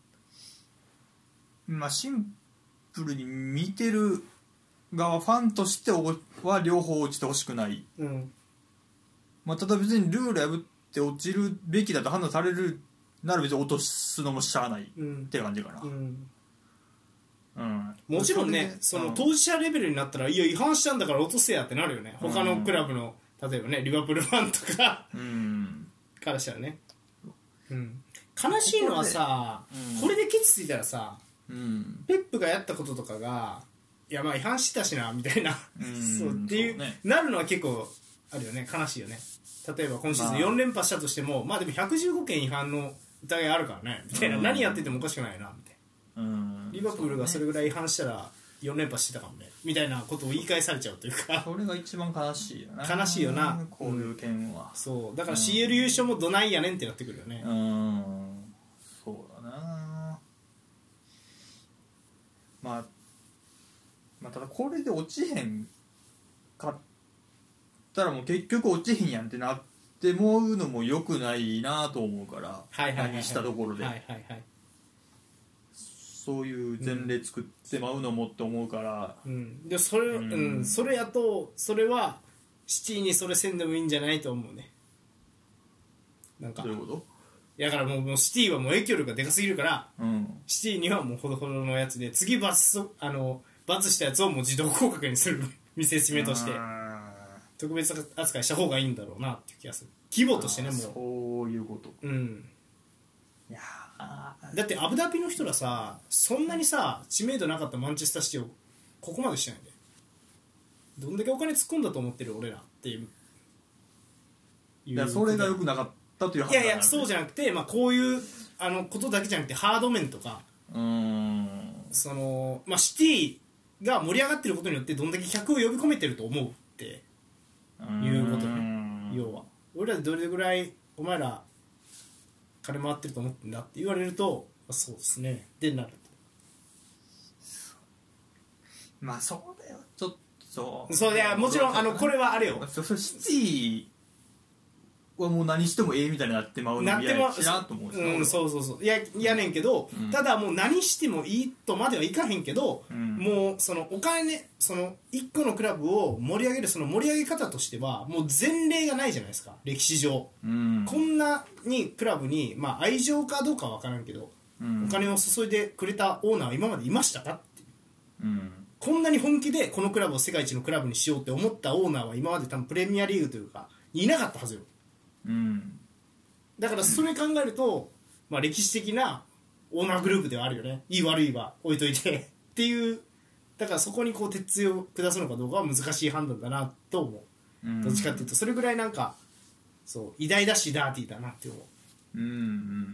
まあシンプルに見てる側ファンとしては両方落ちてほしくない、 うんまあ、ただ別にルール破って落ちるべきだと判断されるなら別に落とすのもしゃあないって感じかな、 うんうん、 もちろんねその当事者レベルになったらいや違反したんだから落とせやってなるよね。他のクラブの例えばねリバプールファンとか、うん、からしたらね、うん、悲しいのはさ こ, こ, で、うん、これでケツついたらさ、うん、ペップがやったこととかがいやまあ違反したしなみたいな、うん、そうっていう、ね、なるのは結構あるよね。悲しいよね。例えば今シーズンよん連覇したとしても、まあ、まあでもひゃくじゅうごけん違反の疑いあるからねみたいな、うん、何やっててもおかしくないなみたいな、うん、リバプールがそれぐらい違反したらよん連覇してたかもねみたいなことを言い返されちゃうというかそれが一番悲しいよな。 悲しいよなこういう件は、 うん、そうだから シーエル 優勝もどないやねんってなってくるよね。 うんそうだな。まあ、まあただこれで落ちへんかったらもう結局落ちへんやんってなって思うのも良くないなと思うから、 はいはいはいはい、 何したところで、 はいはいはい、 そういう前例作ってまうのもって思うから、 うん、でそれ、うんうん、それやとそれはシティにそれせんでもいいんじゃないと思うね。なんかどういうこと？ だからもう、もうシティはもう影響力がでかすぎるから、 うん、シティにはもうほどほどのやつで次罰あの罰したやつをもう自動降格にする見せしめとして特別扱いした方がいいんだろうなっていう気がする。規模としてねもうそういうこと。 うんいやだってアブダビの人らさそんなにさ知名度なかったマンチェスターシティをここまでしてないんでどんだけお金突っ込んだと思ってる俺らっていう。 いやそれが良くなかったという話。いやいやそうじゃなくて、まあ、こういうあのことだけじゃなくてハード面とかうーんその、まあ、シティが盛り上がってることによってどんだけ客を呼び込めてると思うっていうことね。要は俺らどれぐらいお前ら金回ってると思ってんだって言われるとそうですねでなる。 まあそうだよちょっとそういやもちろんあのこれはあれよそそシティはもう何してもええみたいになってまうのも嫌やしなと思うし、 うん、そうそうそういやいやねんけど、うん、ただもう何してもいいとまではいかへんけど、うん、もうそのお金そのいっこのクラブを盛り上げるその盛り上げ方としてはもう前例がないじゃないですか歴史上、うん、こんなにクラブに、まあ、愛情かどうかは分からんけど、うん、お金を注いでくれたオーナーは今までいましたかっていう、うんこんなに本気でこのクラブを世界一のクラブにしようって思ったオーナーは今まで多分プレミアリーグというかいなかったはずよ、うん、だからそれ考えると、まあ、歴史的なオーナーグループではあるよね。いい悪いは置いといてっていうだからそこにこう鉄槌を下すのかどうかは難しい判断だなと思う、うん、どっちかっていうとそれぐらいなんかそう偉大だしダーティーだなって思う、うんうんうん、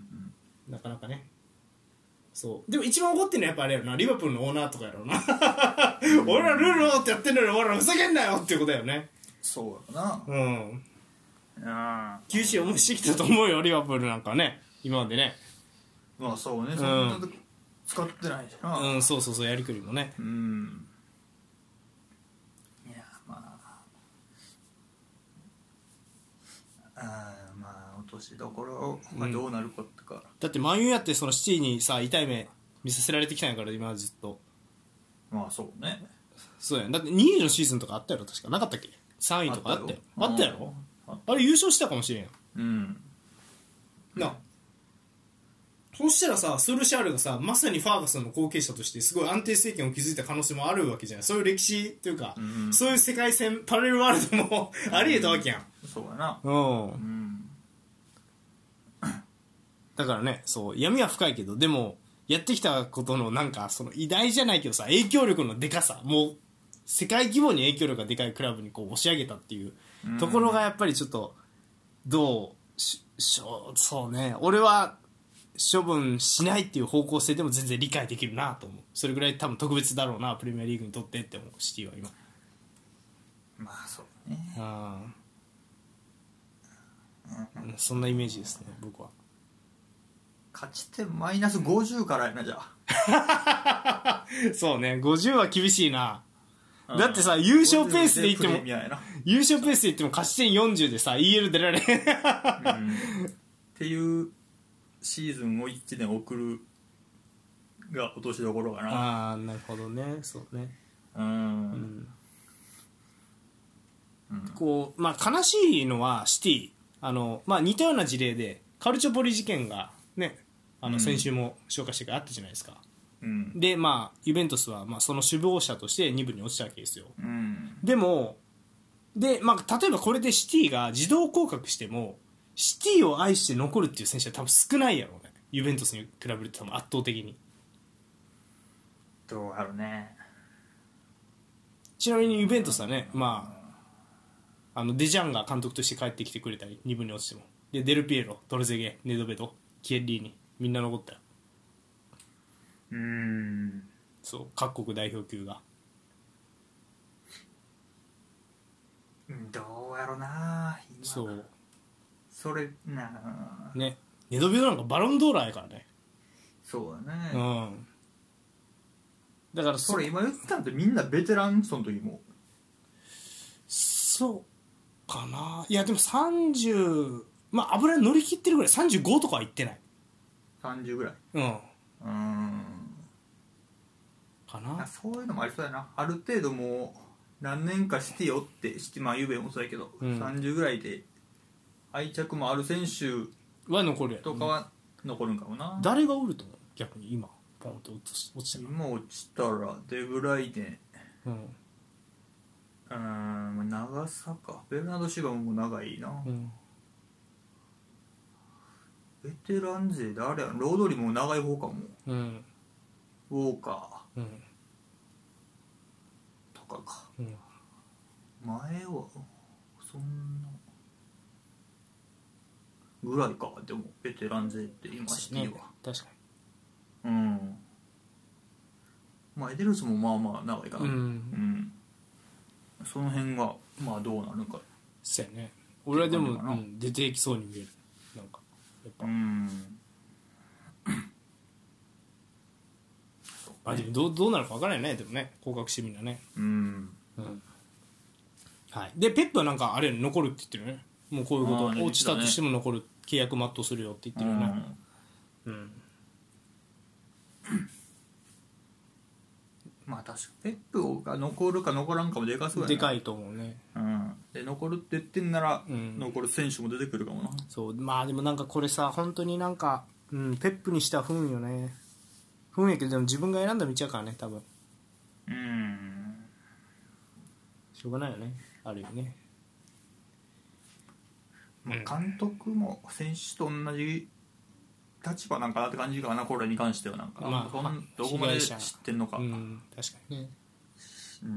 なかなかねそうでも一番怒ってるのはやっぱあれやろなリバプールのオーナーとかやろうな俺らルールをってやってんのに俺らふざけんなよっていうことだよねそうやなうん厳しい思いしてきたと思うよリバプールなんかね今までねまあそうね、うん、そんな使ってないしなうんそうそうそうやりくりもねうんいやまああまあ落としどころ、まあ、どうなることか、うん、 だってマンユーやってそのシティにさ痛い目見させられてきたんやから今ずっとまあそうねそうやんだってにいのシーズンとかあったやろ確かなかったっけさんいとかあったよあったやろあれ優勝したかもしれんようんなあそしたらさソルシャールがさまさにファーガソンの後継者としてすごい安定政権を築いた可能性もあるわけじゃないそういう歴史というか、うんうん、そういう世界線パラレルワールドもありえたわけやん、 うん、そうやなうん、うん、だからねそう闇は深いけどでもやってきたことのなんかその偉大じゃないけどさ影響力のでかさもう世界規模に影響力がでかいクラブにこう押し上げたっていうところがやっぱりちょっとどうししょそうね俺は処分しないっていう方向性でも全然理解できるなと思うそれぐらい多分特別だろうなプレミアリーグにとってって思うシティは今まあそうねあ、うん、そんなイメージですね僕は勝ち点マイナスごじゅうからやなじゃあそうねごじゅうは厳しいなだってさ優勝ペースでいっても優勝ペースでいっても勝ち点よんじゅうでさ イーエル 出られへん、 うん、っていうシーズンをいちねん送るが落としどころかなああなるほどねそうねうん、うんうん、こうまあ悲しいのはシティあの、まあ、似たような事例でカルチョポリ事件がねあの先週も紹介してからあったじゃないですか、うん、でまあユベントスはまあその首謀者としてに部に落ちたわけですよ、うん、でもで、まあ、例えばこれでシティが自動降格してもシティを愛して残るっていう選手は多分少ないやろうねユベントスに比べると多分圧倒的にどうやろうねちなみにユベントスはね、まあ、あのデジャンが監督として帰ってきてくれたりに部に落ちてもでデルピエロ、トルゼゲ、ネドベド、キエッリーニみんな残ったようーんそう各国代表級がどうやろな今そうそれなねネドベドなんかバロンドーラーやからねそうだねうんだからそれ今言ったんってみんなベテランその時もそうかないやでもさんじゅうまあ油乗り切ってるぐらいさんじゅうごとかはいってないさんじゅうぐらいうんうんかなそういうのもありそうやなある程度もう何年かシティおってシティまあユベもそうやけど、うん、さんじゅうぐらいで愛着もある選手は残るやとかは残るんかもな、 うん、誰がおると思う逆に今ポンと落ち落ちたら今落ちたらデブライネうんうん長さかベルナード・シーバーも長いな、うん、ベテラン勢誰やロードリーも長い方かも、うん、ウォーカー、うん、とかか、うん、前はそんなぐらいかでもベテラン勢って今シティは、ね、 確かにうんまあエデルスもまあまあ長いかな、うんうん、その辺がまあどうなるかそうやね俺はでも、うん、出てきそうに見えるなんかやっぱうんあでもどう、どうなるか分からないねでもね降格してみんなねうん、うんはい、でペップはなんかあれ残るって言ってるねもうこういうこと落ちたとしても残る契約全うするよって言ってるよねうん、うんまあ確かペップが残るか残らんかもでかそうやねでかいと思うね、 うん、で残るって言ってんなら、うん、残る選手も出てくるかもなそうまあでもなんかこれさ本当になんか、うん、ペップにしては不運よね不運やけどでも自分が選んだ道やからね多分うんしょうがないよねあるよね、 まあ、監督も選手と同じ立場なんかなって感じかなこれに関してはなんか、まあ、どこまで知ってんのか、 うん、確かにねうん、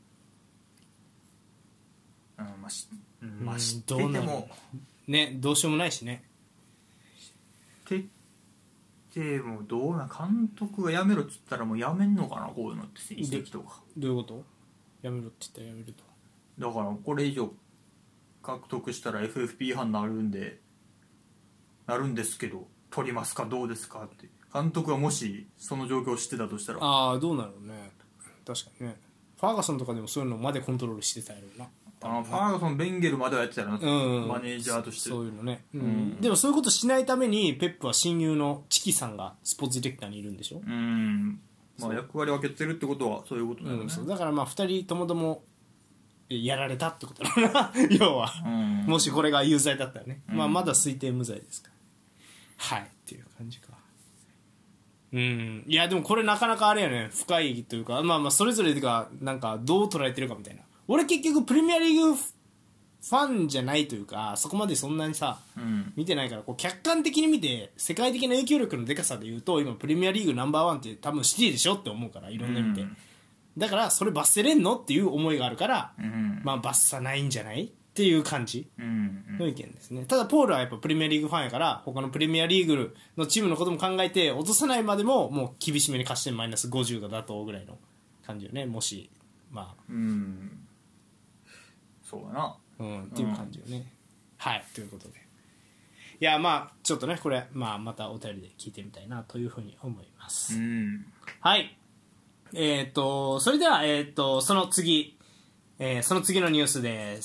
うん、まあし、うん、まあ知ってどうなるてもね、どうしようもないしね。 知っててもどうな、監督が辞めろっつったらもう辞めんのかな、こういうのって移籍とか。 どういうこと？辞めろって言ったら辞めると。 だからこれ以上獲得したら エフエフピー 違反になるんでなるんですけど取りますかどうですかって監督がもしその状況を知ってたとしたら、 ああどうなるのね。確かにね。ファーガソンとかでもそういうのまでコントロールしてたやろうな。 あファーガソンベンゲルまではやってたよな、うん、マネージャーとしてそういうのね、うんうん、 でもそういうことしないためにペップは親友のチキさんがスポーツディレクターにいるんでしょ。 うん、まあ、役割分けてるってことはそういうことだよね、 うん、そうだからまあふたりともともやられたってことだな要は、うん、もしこれが有罪だったらね、うんまあ、まだ推定無罪ですからはいっていう感じか。うんいやでもこれなかなかあれやね深いというかまあまあそれぞれがなんかどう捉えてるかみたいな。俺結局プレミアリーグファンじゃないというかそこまでそんなにさ、うん、見てないからこう客観的に見て世界的な影響力のでかさでいうと今プレミアリーグナンバーワンって多分シティでしょって思うからいろんな意味で、うん、だからそれ罰せれんのっていう思いがあるから、うん、まあ罰さないんじゃないっていう感じの意見ですね。ただポールはやっぱプレミアリーグファンやから他のプレミアリーグのチームのことも考えて落とさないまでももう厳しめに勝ち点マイナスごじゅうが妥当ぐらいの感じよね。もしまあうんそうだな、 うん、っていう感じよね、うん、はいということでいやまあちょっとねこれ、まあ、またお便りで聞いてみたいなというふうに思います、うん、はいえっ、ー、とそれでは、えー、とその次、えー、その次のニュースです。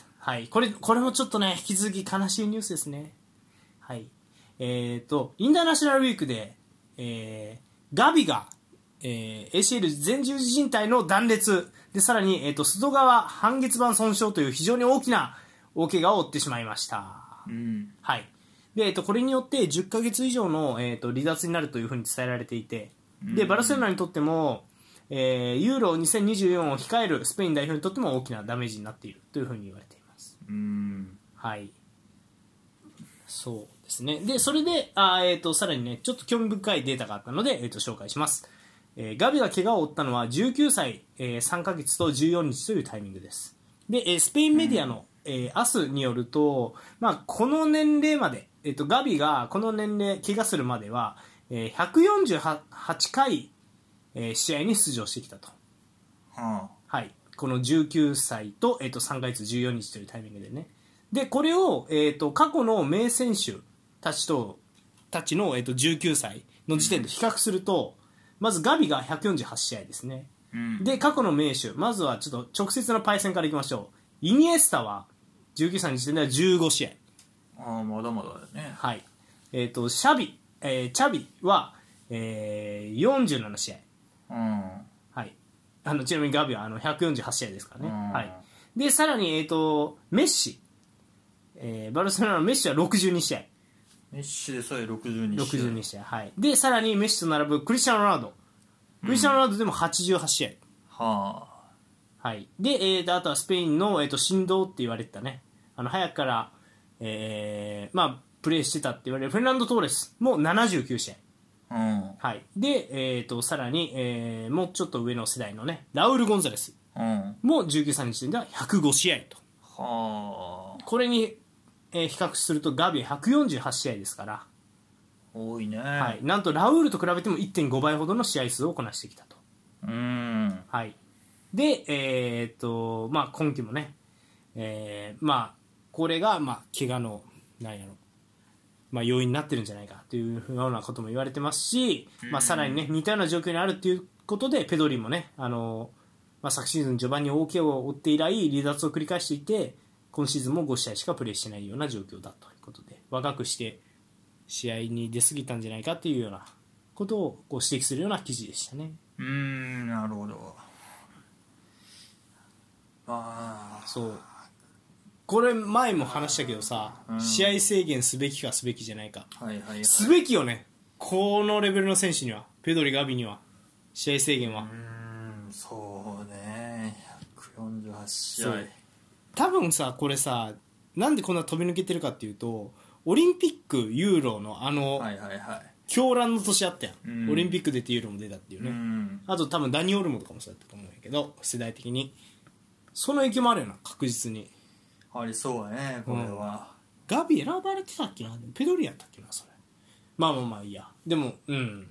はいこれこれもちょっとね引き続き悲しいニュースですね。はいえっ、ー、とインターナショナルウィークで、えー、ガビがえー、エーシーエル 前十字靭帯の断裂でさらに、えー、と外側半月板損傷という非常に大きな大怪我を負ってしまいました、うんはいでえー、とこれによってじゅっかげつ以上の、えー、と離脱になるというふうに伝えられていて、うん、でバルセロナにとっても、えー、ユーロにせんにじゅうよんを控えるスペイン代表にとっても大きなダメージになっているというふうに言われています、うんはいそうですねでそれであ、えー、とさらにねちょっと興味深いデータがあったので、えー、と紹介します。えー、ガビが怪我を負ったのはじゅうきゅうさい、えー、さんかげつとじゅうよっかというタイミングです。で、えー、スペインメディアの、えー、アスによると、まあ、この年齢まで、えー、とガビがこの年齢怪我するまでは、えー、ひゃくよんじゅうはちかい、えー、試合に出場してきたと、はあはい、このじゅうきゅうさいと、えー、とさんかげつじゅうよっかというタイミングでね。でこれを、えー、と過去の名選手たちとたちの、えー、とじゅうきゅうさいの時点で比較すると、うんまずガビがひゃくよんじゅうはちしあいですね、うん、で過去の名手まずはちょっと直接のパイセンからいきましょう。イニエスタはじゅうきゅうさいの時点ではじゅうごしあい。 ああまだまだだよね。 はいえー、とシャビ、えー、チャビは、えー、よんじゅうななしあい、うんはい、あのちなみにガビはあのひゃくよんじゅうはちしあいですからね、うんはい、でさらに、えー、とメッシ、えー、バルセロナのメッシはろくじゅうにしあい。 メッシでさえろくじゅうに試合ろくじゅうにしあい、はい、でさらにメッシと並ぶクリスチャン・ロナウド、クリスチャン・ロナウドでもはちじゅうはちしあい、うんはあはいでえー、とあとはスペインの、えー、と神童って言われてたねあの早くから、えーまあ、プレーしてたって言われるフェルナンド・トーレスもななじゅうきゅうしあい、うんはい、で、えー、とさらに、えー、もうちょっと上の世代のねラウル・ゴンザレス、うん、もじゅうきゅうさいの時点ではひゃくごしあいと、はあ、これにえー、比較するとガビはひゃくよんじゅうはちしあいですから多いね、 はい、なんとラウールと比べても いってんごばいほどの試合数をこなしてきたと。うーん、はい、で、えーっとまあ、今季もね、えーまあ、これが、まあ、怪我のなんやろ、まあ、要因になってるんじゃないかというようなことも言われてますし、まあ、さらに、ね、似たような状況にあるということでペドリもねあの、まあ、昨シーズン序盤に大怪我を負って以来離脱を繰り返していて今シーズンもごしあいしかプレーしてないような状況だということで若くして試合に出過ぎたんじゃないかというようなことをこう指摘するような記事でしたね。 うーんなるほど。あそうこれ前も話したけどさ、うん、試合制限すべきかすべきじゃないか、はいはいはい、すべきよねこのレベルの選手にはペドリガビには試合制限は。うーんそうねひゃくよんじゅうはちしあい多分さこれさなんでこんな飛び抜けてるかっていうとオリンピックユーロのあの、はいはいはい、 狂乱の年あったやん、 うんオリンピック出てユーロも出たっていうね、 うん、 あと多分ダニオルモとかもそうだったと思うんやけど、世代的にその影響もあるよな、確実に。 ありそうやねこれは、 ガビ選ばれてたっけな、ペドリやったっけなそれ。まあまあまあいいや。でもうん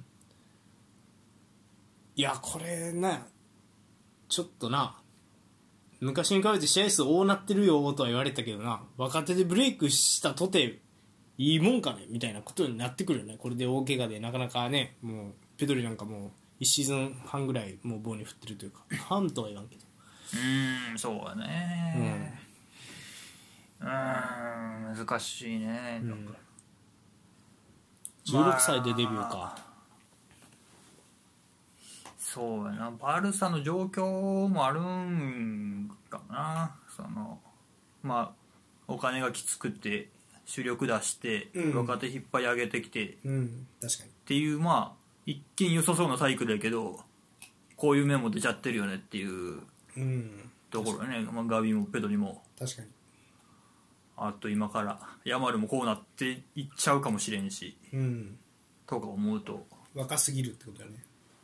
いやこれなちょっとな、昔に比べて試合数多なってるよとは言われたけどな、若手でブレイクしたとていいもんかねみたいなことになってくるよね。これで大怪我でなかなかね、もうペドリなんかもういちシーズンはんぐらいもう棒に振ってるというか、半とは言わんけど、 うーんそうやねうん、ん難しいね、 うんなんかじゅうろくさいでデビューか、 まあそうやな、バルサの状況もあるんかな。そのまあお金がきつくて主力出して、 うん、 若手引っ張り上げてきて、 うん、確かにっていう、まあ一見良さそうなサイクルやけどこういう面も出ちゃってるよねっていうところね、まあ、ガビもペドリも確かに、 あと今からヤマルもこうなっていっちゃうかもしれんし、 うん、 とか思うと若すぎるってことだね。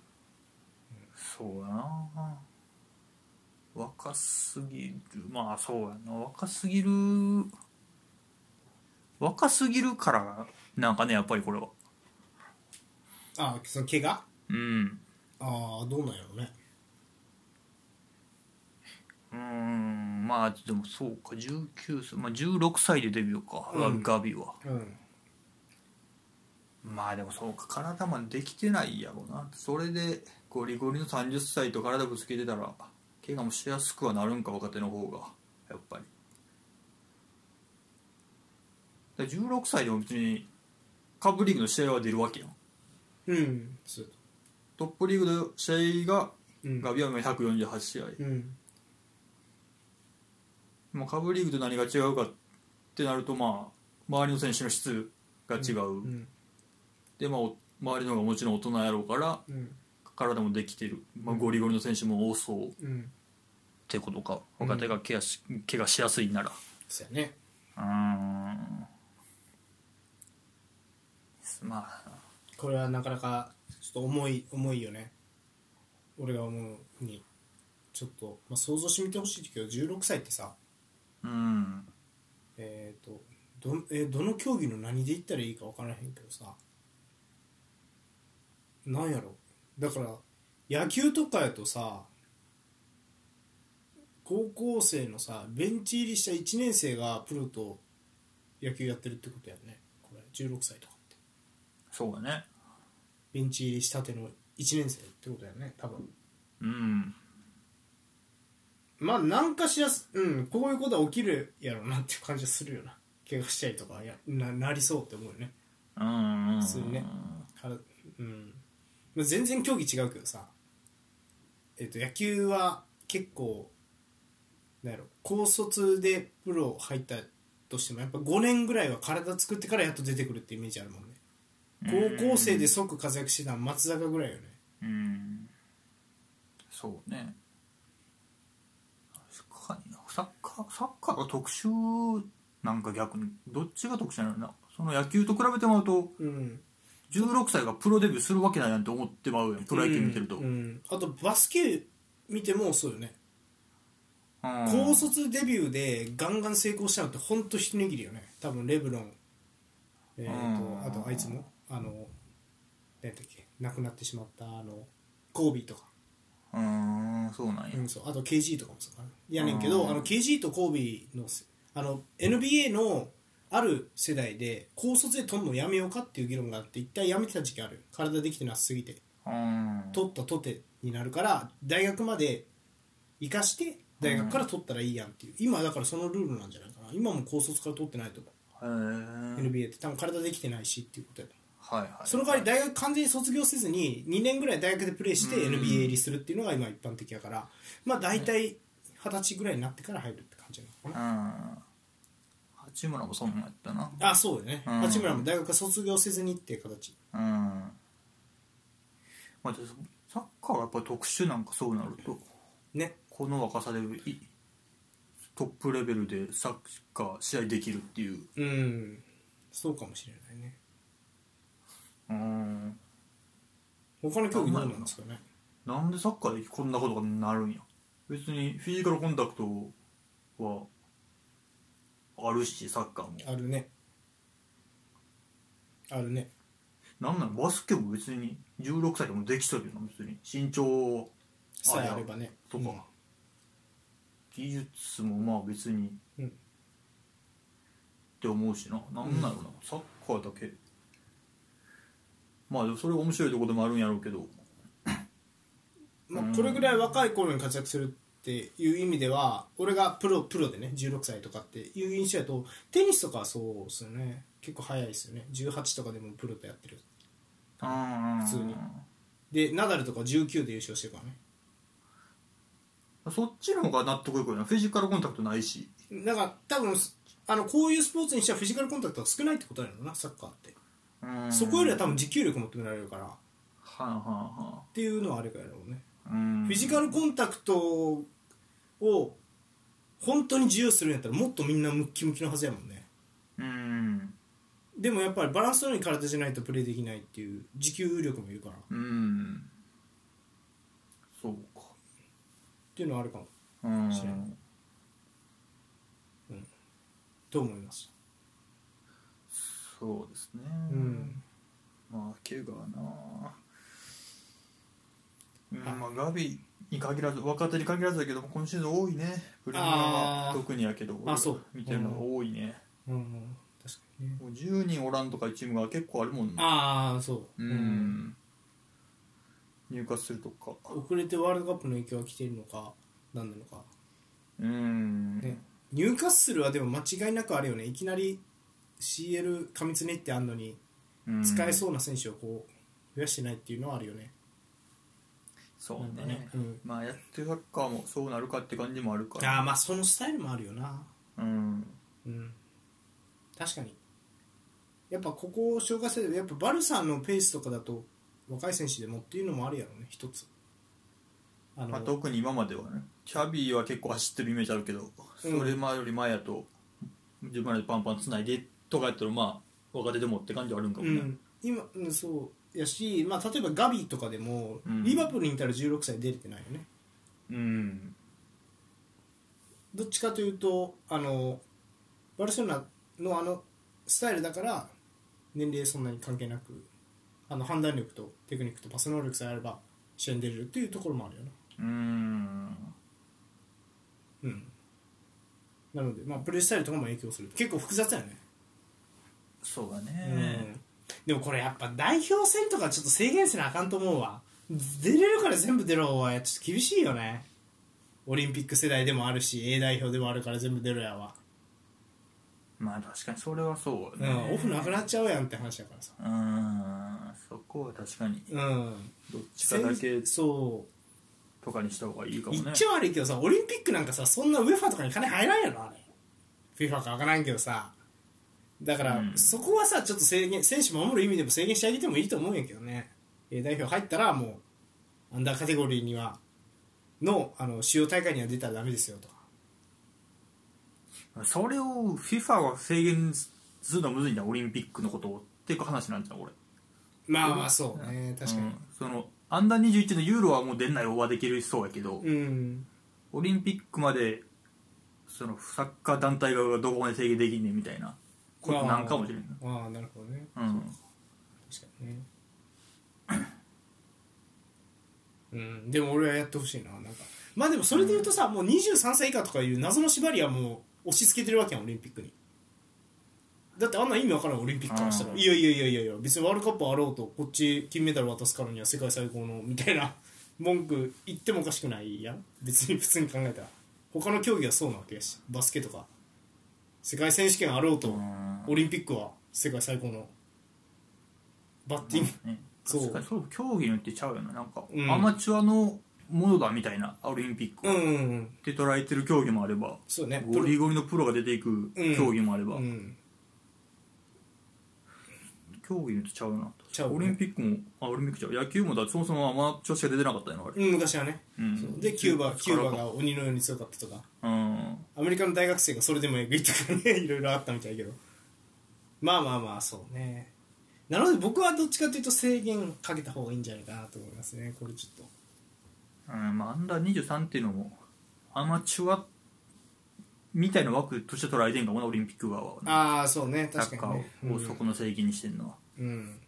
そうやな、若すぎる、まあそうやな、若すぎる若すぎるからなんかね、やっぱりこれはああ、その怪我、 うんああどうなんやろうね。 うーんまあでもそうかじゅうきゅうさい、まあ、じゅうろくさいでデビューか、 うん、 ガビはうんまあでもそうか、体までできてないやろうな。それでゴリゴリのさんじゅっさいと体ぶつけてたら怪我もしやすくはなるんか、若手の方がやっぱり。だじゅうろくさいでも別にカップリーグの試合は出るわけやん。 うんそう、 トップリーグの試合が、 うん、 ガビは今ひゃくよんじゅうはち試合、 うん、 まあ、カブリーグと何が違うかってなると、まあ周りの選手の質が違う、 うんうん、 でまあ周りの方がもちろん大人やろうから、 うん、 体もできてる、まあ、ゴリゴリの選手も多そう、 うん、 ってことか。若手が怪我し、怪我しやすいなら、 そうやね。 うーんまあこれはなかなかちょっと重い重いよね。俺が思うにちょっと、まあ、想像してみてほしいけど、じゅうろくさいってさ、 うんえー、と ど, えどの競技の何で言ったらいいか分からへんけどさ、なんやろ、だから野球とかやとさ、高校生のさベンチ入りしたいちねん生がプロと野球やってるってことやね。これじゅうろくさいとかってそうだね、 ベンチ入りしたてのいちねん生ってことやね多分。 うんまあ何かしら、うん、こういうことは起きるやろうなっていう感じがするよな。怪我したりとかや な, なりそうって思うよね、 うん普通にね。から、うん、全然競技違うけどさ、えっと、野球は結構なんやろ、高卒でプロ入ったとしてもやっぱごねんぐらいは体作ってからやっと出てくるってイメージあるもんね。高校生で即活躍してたのは松坂ぐらいよね。 うんそうね、確かにな。サッカーサッカーが特殊なんか、逆にどっちが特殊なのな。その野球と比べてもらうと、 うん、 じゅうろくさいがプロデビューするわけないなんて思ってまうやん、プロ野球見てると、 うんうん、あとバスケ見てもそうよね。 うん、 高卒デビューでガンガン成功したのってほんと一握りよね。多分レブロン、えーとうん、 あとあいつもあの何だっけ、亡くなってしまったあのコービーとか、 うーんそうなんや、 うん、そう、あと ケージー とかもそうかなやねんけど、あの ケージー とコービーのあの エヌビーエー のある世代で高卒で取るのやめようかっていう議論があって、一旦やめてた時期ある。体できてなさすぎて、 うん、 取ったとてになるから大学まで生かして大学から取ったらいいやんっていう、今だからそのルールなんじゃないかな。今も高卒から取ってないと思う、 エヌビーエー って多分体できてないしっていうことやと思う。 はいはい、 その代わり大学完全に卒業せずににねんぐらい大学でプレーして エヌビーエー 入りするっていうのが今一般的やから、まあ大体はたちぐらいになってから入るって感じなのかな。 うん八村もそんなんやったな。 あ、そうよね、 うん、 八村も大学卒業せずにっていう形。 うん、まあ、サッカーがやっぱり特殊なんか、そうなるとね、 この若さでトップレベルでサッカー試合できるっていう、 うん、そうかもしれないね。 ううん他の競技どうなんですかね。 なんでサッカーでこんなことがなるんや。別にフィジカルコンタクトはあるし、サッカーもあるねあるね。 なんなの、バスケも別にじゅうろくさいでもできそうよな。別に身長さえあればねとか、うん、技術もまあ別に、うん、って思うしな。なんなのな、うん、サッカーだけまあそれが面白いところでもあるんやろうけど、 まあ、これぐらい若い頃に活躍するっていう意味では、俺がプロプロでねじゅうろくさいとかっていう印象だと、テニスとかはそうですよね、結構早いですよね。じゅうはちとかでもプロとやってる、普通に。でナダルとかじゅうきゅうで優勝してるからね。 そっちの方が納得いくよな。フィジカルコンタクトないし。 だから多分あのこういうスポーツにしてはフィジカルコンタクトが少ないってことなのな、サッカーって。そこよりは多分持久力求められるから、はあはあはあ、 っていうのはあるからね。 うん、 フィジカルコンタクトを本当に重要するんやったらもっとみんなムッキムキのはずやもんね。 うん、 でもやっぱりバランスのいい体じゃないとプレーできないっていう持久力もいるから、 うん、そうかっていうのはあるかもしれない、うん、と思います。 そうですね、 うん、 まあ怪我な、うん、まあガビに限らず若手に限らずだけども今シーズン多いね。プレミアは特にやけどあそう見てるのが多いね、 うんうん、確かにね。 もうじゅうにんおらんとかいうチームが結構あるもんね。 ああそう、 うん、うん、入荷するとか遅れてワールドカップの影響が来ているのか何なのか、 うんね、ニューカッスルはでも間違いなくあれよね。いきなり シーエル 過密ねってあんのに使えそうな選手をこう増やしてないっていうのはあるよね。 そうね、 ね、うん、 まあやってるサッカーもそうなるかって感じもあるから。 ああまあそのスタイルもあるよな。 うん、 うん、確かにやっぱここを紹介するとやっぱバルサンのペースとかだと若い選手でもっていうのもあるやろね一つ。 あの、まあ、特に今まではねキャビーは結構走ってるイメージあるけど、それ前より前やと自分らでパンパンつないでとかやったらまあ若手でもって感じはあるんかもね、うん、 今、うん、そうやし、まあ、例えばガビとかでも、うん、リバプールにいたらじゅうろくさい出れてないよね、 うん、 どっちかというとあのバルセロナのあのスタイルだから年齢そんなに関係なくあの判断力とテクニックとパス能力さえあれば試合に出れるっていうところもあるよね。 うーん、 うん、なので、まあ、プレースタイルとかも影響する。結構複雑だよね。 そうだね、 うん、でもこれやっぱ代表戦とかちょっと制限せなあかんと思うわ。出れるから全部出ろはちょっと厳しいよね。オリンピック世代でもあるし A 代表でもあるから全部出ろやわ。 まあ確かにそれはそうね、 うん、オフなくなっちゃうやんって話だからさ。 うん、そこは確かに、 うん、 どっちかだけそうとかにした方がいいかもね。 言っちゃ悪いけどさ、オリンピックなんかさそんなウェファとかに金入らんやろあれ。 FIFA か分からんけどさ、だから、うん、そこはさちょっと制限、選手守る意味でも制限してあげてもいいと思うんやけどね。 A 代表入ったらもうアンダーカテゴリーにはの、あの主要大会には出たらダメですよとか。 それを FIFA は制限するのはむずいんだ、オリンピックのことをっていう話なんじゃんこれ。 まあまあそうね、確かに、うん、 そのアンダーにじゅういちのユーロはもう出んないはできるそうやけど、 うん、 オリンピックまでそのサッカー団体側がどこまで制限できんねんみたいなことなんかもしれんな。 ああなるほどね、 うん、 確かにねうん、でも俺はやってほしいな。なんかまあでもそれで言うとさ、うん、もうにじゅうさんさい以下とかいう謎の縛りはもう押し付けてるわけやんオリンピックに。だってあんな意味わからんオリンピックからしたら、いやいやいやいやいや別にワールドカップあろうとこっち金メダル渡すからには世界最高のみたいな文句言ってもおかしくないやん別に。普通に考えたら他の競技はそうなわけやし、バスケとか世界選手権あろうとオリンピックは世界最高のバッティング、 まあね、そう確かにそう競技によってちゃうよな。なんか、 うん、 アマチュアのものだみたいなオリンピックうんうんうん、 って捉えてる競技もあれば、 そうね、 ゴリゴリのプロが出ていく競技もあれば、 うんうん、 競技によってちゃうなと。 ちゃうね、 オリンピックもあオリンピックちゃう野球もだってそもそもアマチュアしか出てなかったよなあれ、 うん、昔はね、 うん、 でキューバキューバが鬼のように強かったとか、 うん、 アメリカの大学生がそれでもえぐいとかねいろいろあったみたいだけど、まあまあまあそうね。 なので僕はどっちかというと制限かけた方がいいんじゃないかなと思いますね。これちょっと、 うんまあ、アンダーにじゅうさんっていうのもアマチュアみたいな枠として捉えてんかもな、オリンピック側は、ね、 ああそうね、確かにね、 サッカーをそこの制限にしてんのは、 うん、うん、 うん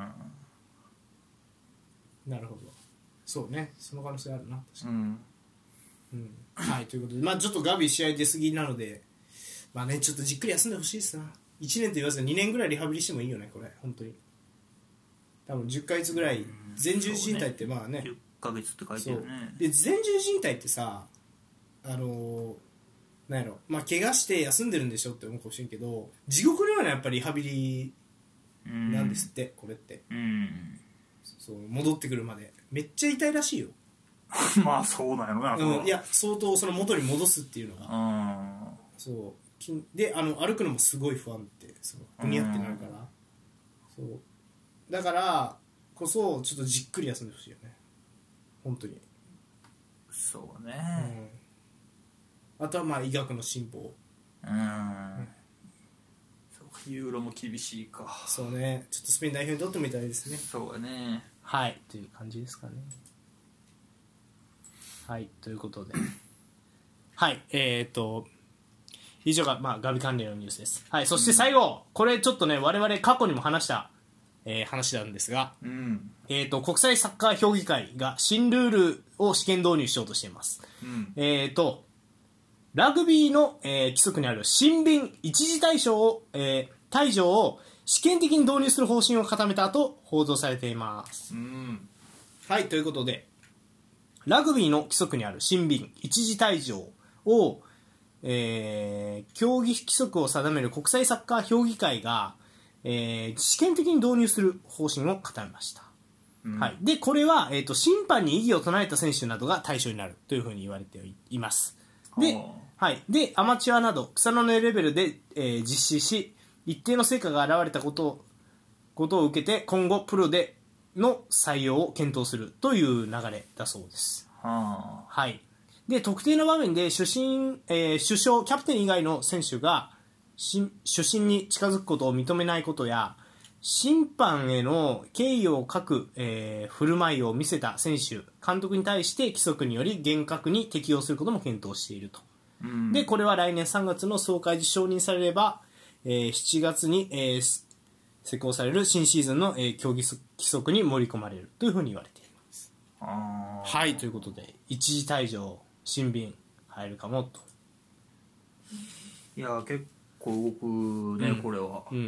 なるほど、そうね、その可能性あるな、確かに、 うんうん、はいということで、まあちょっとガビ試合出過ぎなので、まあねちょっとじっくり休んでほしいですな。いちねんと言わずににねんぐらいリハビリしてもいいよね、これ本当に。多分じゅっかげつぐらい前十字靭帯ってまあね、 じゅっかげつって書いてるね。 で前十字靭帯ってさ、あのー、なんやろ、まあ怪我して休んでるんでしょって思うかもしれんけど、地獄のようなやっぱりリハビリなんですって、うん、これって、 うん、 そう戻ってくるまでめっちゃ痛いらしいよまあそうなんやろな、 うん、いや相当その元に戻すっていうのが、 うんそうで、あの歩くのもすごい不安ってそのふにゃってなるから、そうだからこそちょっとじっくり休んでほしいよね本当に。 そうね、 うん、あとはまあ医学の進歩、 うん、うん、ユーロも厳しいか。 そうね、ちょっとスペイン代表にとっても痛いですね。 そうだね、 はいという感じですかね。はいということではいえー、っと以上が、まあ、ガビ関連のニュースです。はい、そして最後、うん、これちょっとね我々過去にも話した、えー、話なんですが、 うん、 えー、と国際サッカー評議会が新ルールを試験導入しようとしています。 うん、 えー、とラグビーの、えー、規則にある新便一時退場を、えー、退場を試験的に導入する方針を固めた後報道されています。 うん、 はいということで、ラグビーの規則にある新便一時退場をえー、競技規則を定める国際サッカー評議会が、えー、試験的に導入する方針を固めました。うん、はい、でこれは、えーと、審判に異議を唱えた選手などが対象になるというふうに言われています。で、はい、でアマチュアなど草の根レベルで、えー、実施し一定の成果が現れたことを、ことを受けて今後プロでの採用を検討するという流れだそうです。 はあ、 はいで特定の場面で主審、えー、主将キャプテン以外の選手が主審に近づくことを認めないことや審判への敬意を欠く、えー、振る舞いを見せた選手監督に対して規則により厳格に適用することも検討していると、うん、でこれは来年さんがつの総会で承認されれば、えー、しちがつに、えー、施行される新シーズンの、えー、競技規則に盛り込まれるというふうに言われています。 あはいということで一時退場新便入るかもと。 いや結構動くね、うん、これは、 うん、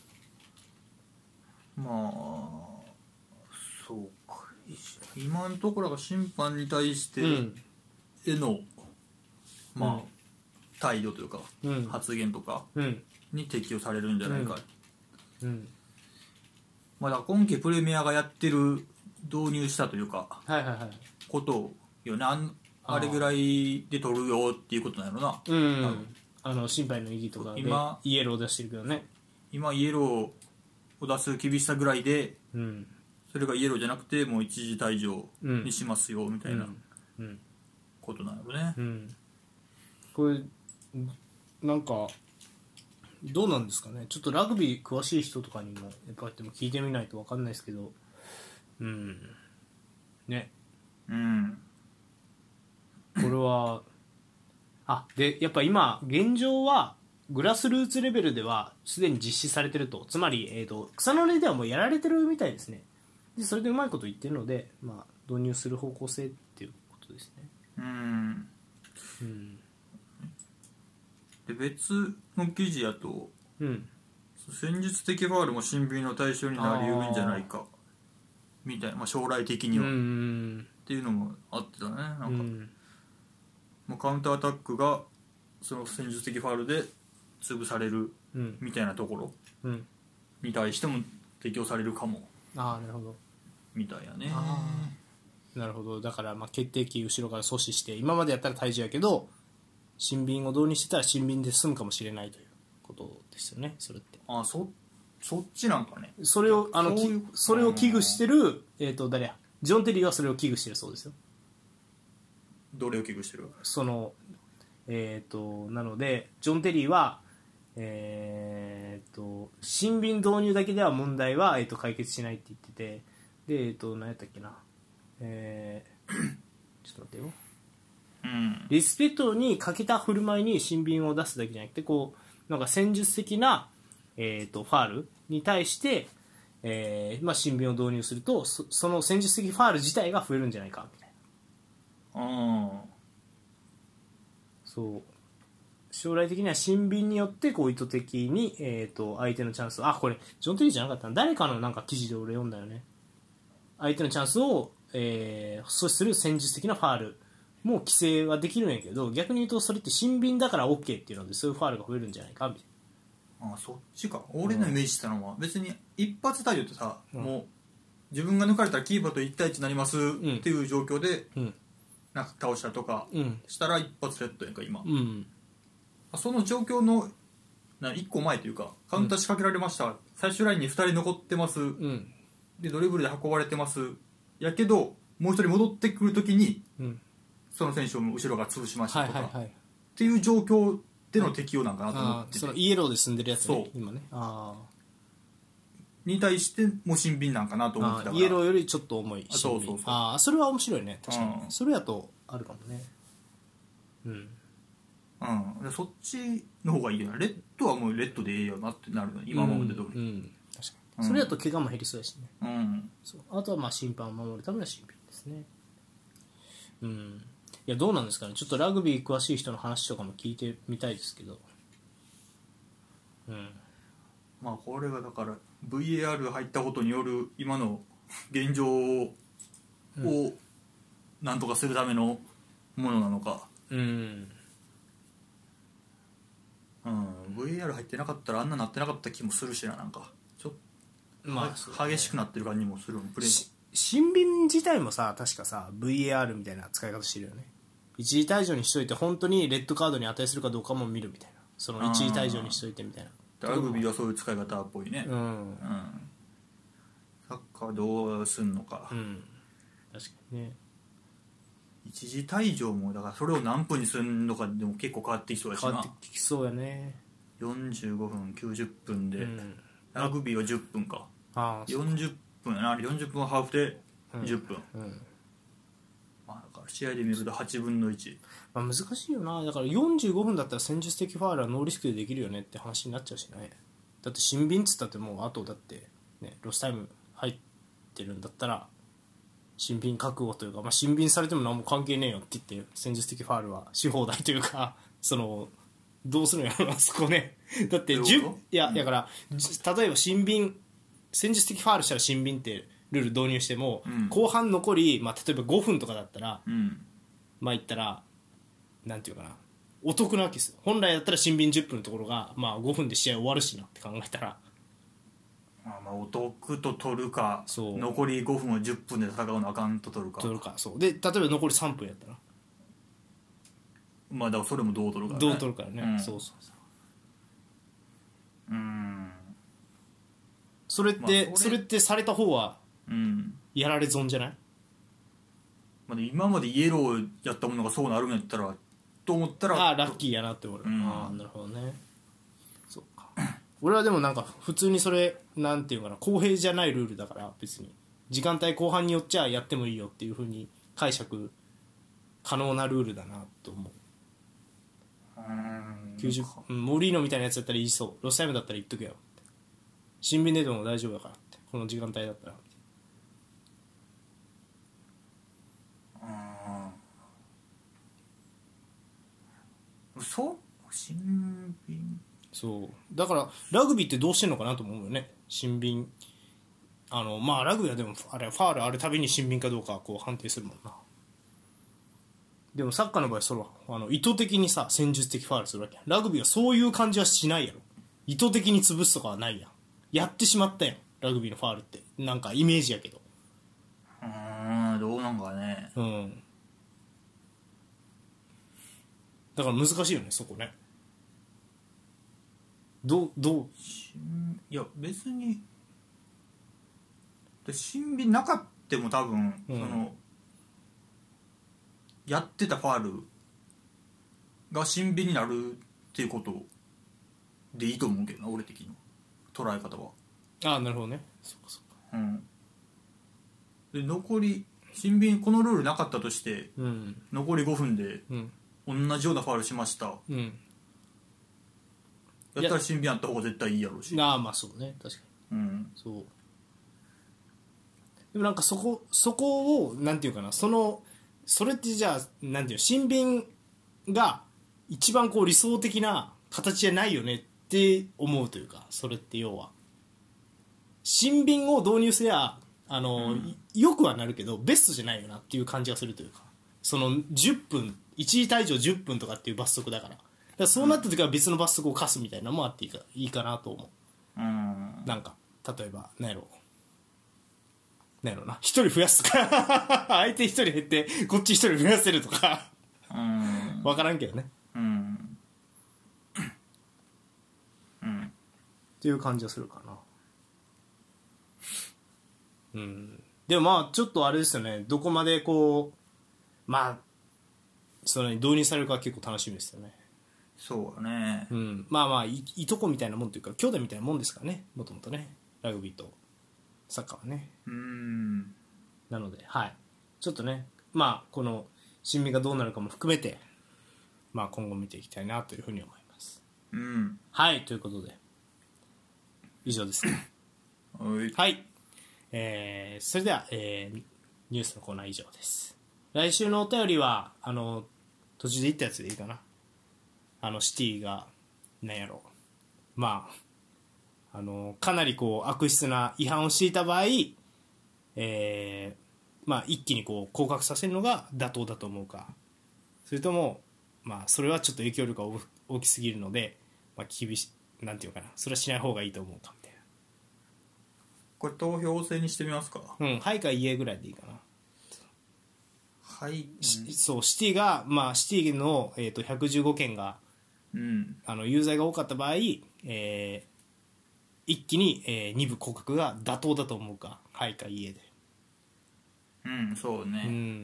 まあそうか今のところが審判に対してへの、うん、まあ、うん、態度というか、うん、発言とかに適用されるんじゃないか、 うんうん、 まあ、だから今季プレミアがやってる導入したというか、 はいはいはい、 ことよね。あんあれぐらいで取るよっていうことなのな、 うんうん、あの審判の意義とかでイエローを出してるけどね、 今イエローを出す厳しさぐらいで、 うん、 それがイエローじゃなくてもう一時退場にしますよみたいなことなのね、 うんうん、これなんかどうなんですかね。ちょっとラグビー詳しい人とかにもやっぱり聞いてみないと分かんないですけど、うんね、 うんこれはあでやっぱ今現状はグラスルーツレベルではすでに実施されてると、つまり、えーと、草の根ではもうやられてるみたいですね。でそれでうまいこと言ってるので、まあ、導入する方向性っていうことですね。 うん、 うん、 で別の記事やと、 うん、 戦術的ファウルも審判の対象になりうるんじゃないかみたいな、まあ、将来的には、 うん、 っていうのもあってたね。なんか、 うんもうカウンターアタックがその戦術的ファウルで潰されるみたいなところに対しても適用されるかも、 うん、ああなるほどみたいやね。 あなるほど。だからまあ決定機後ろから阻止して、今までやったら退場やけど新便を導入してたら新便で済むかもしれないということですよね、それって。 ああ そ, そっちなんかね。 それをあのそ, それを危惧してる、えー、と誰やジョン・テリーはそれを危惧してるそうですよ。 どれを危惧してる？ そのえー、となのでジョン・テリーは、 えー、と新品導入だけでは問題は、えー、と解決しないって言ってて、で、えー、と何やったっけな、えー、ちょっと待ってよ、 うん、 リスペクトに欠けた振る舞いに新品を出すだけじゃなくて、こうなんか戦術的な、えー、とファールに対して、えーまあ、新品を導入すると そ, その戦術的ファール自体が増えるんじゃないかみたいな。 あそう将来的には新品によってこう意図的に、えー、と相手のチャンスを、あこれジョン・テリーじゃなかったな、誰かのなんか記事で俺読んだよね。相手のチャンスを、えー、阻止する戦術的なファールも規制はできるんやけど、逆に言うとそれって新品だから OK っていうのでそういうファールが増えるんじゃないかみたいあそっちか。俺のイメージしたのは、別に一発退場ってさ、 うん、 もう自分が抜かれたらキーパーといち対いちになりますっていう状況で、 うん、 なんか倒したとかしたら一発レッドやんか今、 うん、 その状況のいっこまえというか、カウンター仕掛けられました、うん、最終ラインにふたり残ってます、うん、でドリブルで運ばれてますやけどもうひとり戻ってくるときに、うん、その選手を後ろが潰しましたとか、はいはいはい、っていう状況での適用なんかなと思ってて、 そのイエローで済んでるやつね今ね、あに対しても新品なんかなと思ってたから、 イエローよりちょっと重い新品、 そうそうそう、 あそれは面白いね確かに、 うん、 それやとあるかもね、うんうん、そっちの方がいいよな。レッドはもうレッドでええよなってなるの今まで通り、 うんうん、確かに、うん、それだと怪我も減りそうやしね、 うん、 そうあとはまあ審判を守るための新品ですね。うん、いやどうなんですかね、ちょっとラグビー詳しい人の話とかも聞いてみたいですけど、うん、 まあこれがだから ブイエーアール が入ったことによる今の現状をなんとかするためのものなのか、 うん、 うん、ブイエーアール 入ってなかったらあんななってなかった気もするしな、なんかちょっと、まあね、激しくなってる感じもするプレー新品自体もさ確かさ ブイエーアール みたいな使い方してるよね。一時退場にしといて本当にレッドカードに値するかどうかも見るみたいな、その一時退場にしといてみたいな。 ラグビーはそういう使い方っぽいね、うんうん、サッカーどうすんのか、うん、 確かにね。 一時退場もだからそれを何分にするのかでも結構変わってきそうやしな。 変わってきそうやね。 よんじゅうごふんきゅうじゅっぷんで、うん、ラグビーはじゅっぷんか、 あよんじゅっぷんあれよんじゅっぷんハーフでじゅっぷん、うんうん、まあ、だから試合で見るとはちぶんのいち、 まあ、難しいよな。だからよんじゅうごふんだったら戦術的ファウルはノーリスクでできるよねって話になっちゃうしね。だって新品っつったってもうあとだって、ね、ロスタイム入ってるんだったら新品覚悟というか、まあ、新品されても何も関係ねえよって言って戦術的ファウルはし放題というかそのどうするんやろなそこね。だってじゅういや、うん、だから例えば新品戦術的ファウルしたら新品ってルール導入しても、うん、後半残り、まあ、例えばごふんとかだったら、うん、まあ言ったらなんていうかなお得なわけですよ。本来だったら新品じゅっぷんのところが、まあ、ごふんで試合終わるしなって考えたら、 まあ、まあお得と取るか残りごふんをじゅっぷんで戦うのあかんと取るか取るかそうで例えば残りさんぷんやったらまあだからそれもどう取るかねどう取るからね、うん、そうそうそううんそれって、まあ、それ、それってされた方はやられ損じゃない、 まあ、今までイエローやったものがそうなるんやったらと思ったらああラッキーやなって思う、うん、ああなるほどね。そうか俺はでもなんか普通にそれなんていうかな公平じゃないルールだから別に時間帯後半によっちゃやってもいいよっていう風に解釈可能なルールだなと思う。うんきゅうじゅうモーリーノみたいなやつだったら言いそうロスタイムだったら言っとけよって新品ででも大丈夫だからってこの時間帯だったらそう新品そうだからラグビーってどうしてんのかなと思うよね。新品あのまあラグビーはでもあれファールあるたびに新品かどうかこう判定するもんな。でもサッカーの場合それはあの意図的にさ戦術的ファールするわけや。ラグビーはそういう感じはしないやろ。意図的に潰すとかはないやん。やってしまったやんラグビーのファールってなんかイメージやけどうーんどうなんかねうんだから難しいよねそこね。どうどういや別に新品なかっても多分、うん、そのやってたファールが新品になるっていうことでいいと思うけどな、俺的に捉え方は。 ああなるほどね。そうかそうか。 うんで残りシンビンこのルールなかったとして、 うん、 残りごふんでうん同じようなファウルしました、 うん、 やったらシンビンあった方が絶対いいやろうし。 ああまあそうね確かに、 うん、 そうでもなんかそこそこをなんていうかな、そのそれってじゃあなんていう新兵が一番こう理想的な形じゃないよねって思うというか、それって要は新兵を導入すりゃあの、うん、よくはなるけどベストじゃないよなっていう感じがするというか、そのじゅっぷんいち退場じゅっぷんとかっていう罰則だから、だからそうなった時は別の罰則を課すみたいなのもあっていいか、いいかなと思う、うん、なんか例えば何やろうなんやろな、一人増やすとか相手一人減ってこっち一人増やせるとかうん分からんけどね、うんうん、っていう感じがするかな。うんでもまあちょっとあれですよね、どこまでこうまあその導入されるか結構楽しみですよね。 そうだね、 うん、まあまあ い, いとこみたいなもんというか兄弟みたいなもんですからね、もともとねラグビーとサッカーはね。うんなので、はい、ちょっとね、まあこの新兵がどうなるかも含めて、まあ、今後見ていきたいなというふうに思います。うん、はいということで以上ですね。はい、はい、えー、それでは、えー、ニュースのコーナー以上です。来週のお便りはあの途中で言ったやつでいいかな、あのシティが何やろう、まああのかなりこう悪質な違反をしていた場合、えーまあ、一気にこう降格させるのが妥当だと思うか、それとも、まあ、それはちょっと影響力が大きすぎるので、まあ、厳しなんていうかな、それはしない方がいいと思うかみたいな。 これ投票制にしてみますか。 うんはいかいいえぐらいでいいかな。 はい、 うん、そうシティが、まあ、シティの、えー、とひゃくじゅうごけんが、うん、あの有罪が多かった場合、えー一気に、えー、に部降格が妥当だと思うか、はいかいいえで。 うんそうね、うん、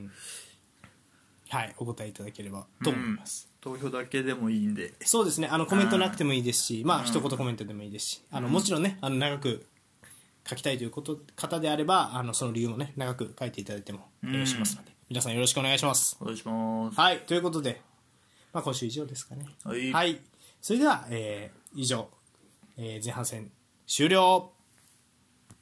はいお答えいただければと思います、 うん、投票だけでもいいんで。 そうですね、あのコメントなくてもいいですし、まあ一言コメントでもいいですし、あのもちろんねあの長く書きたいということ方であればあのその理由もね長く書いていただいてもよろしますので、うん、皆さんよろしくお願いします。 お願いします。 はいということで、まあ、今週以上ですかね。はい、はい、それでは、えー、以上、えー、前半戦終了。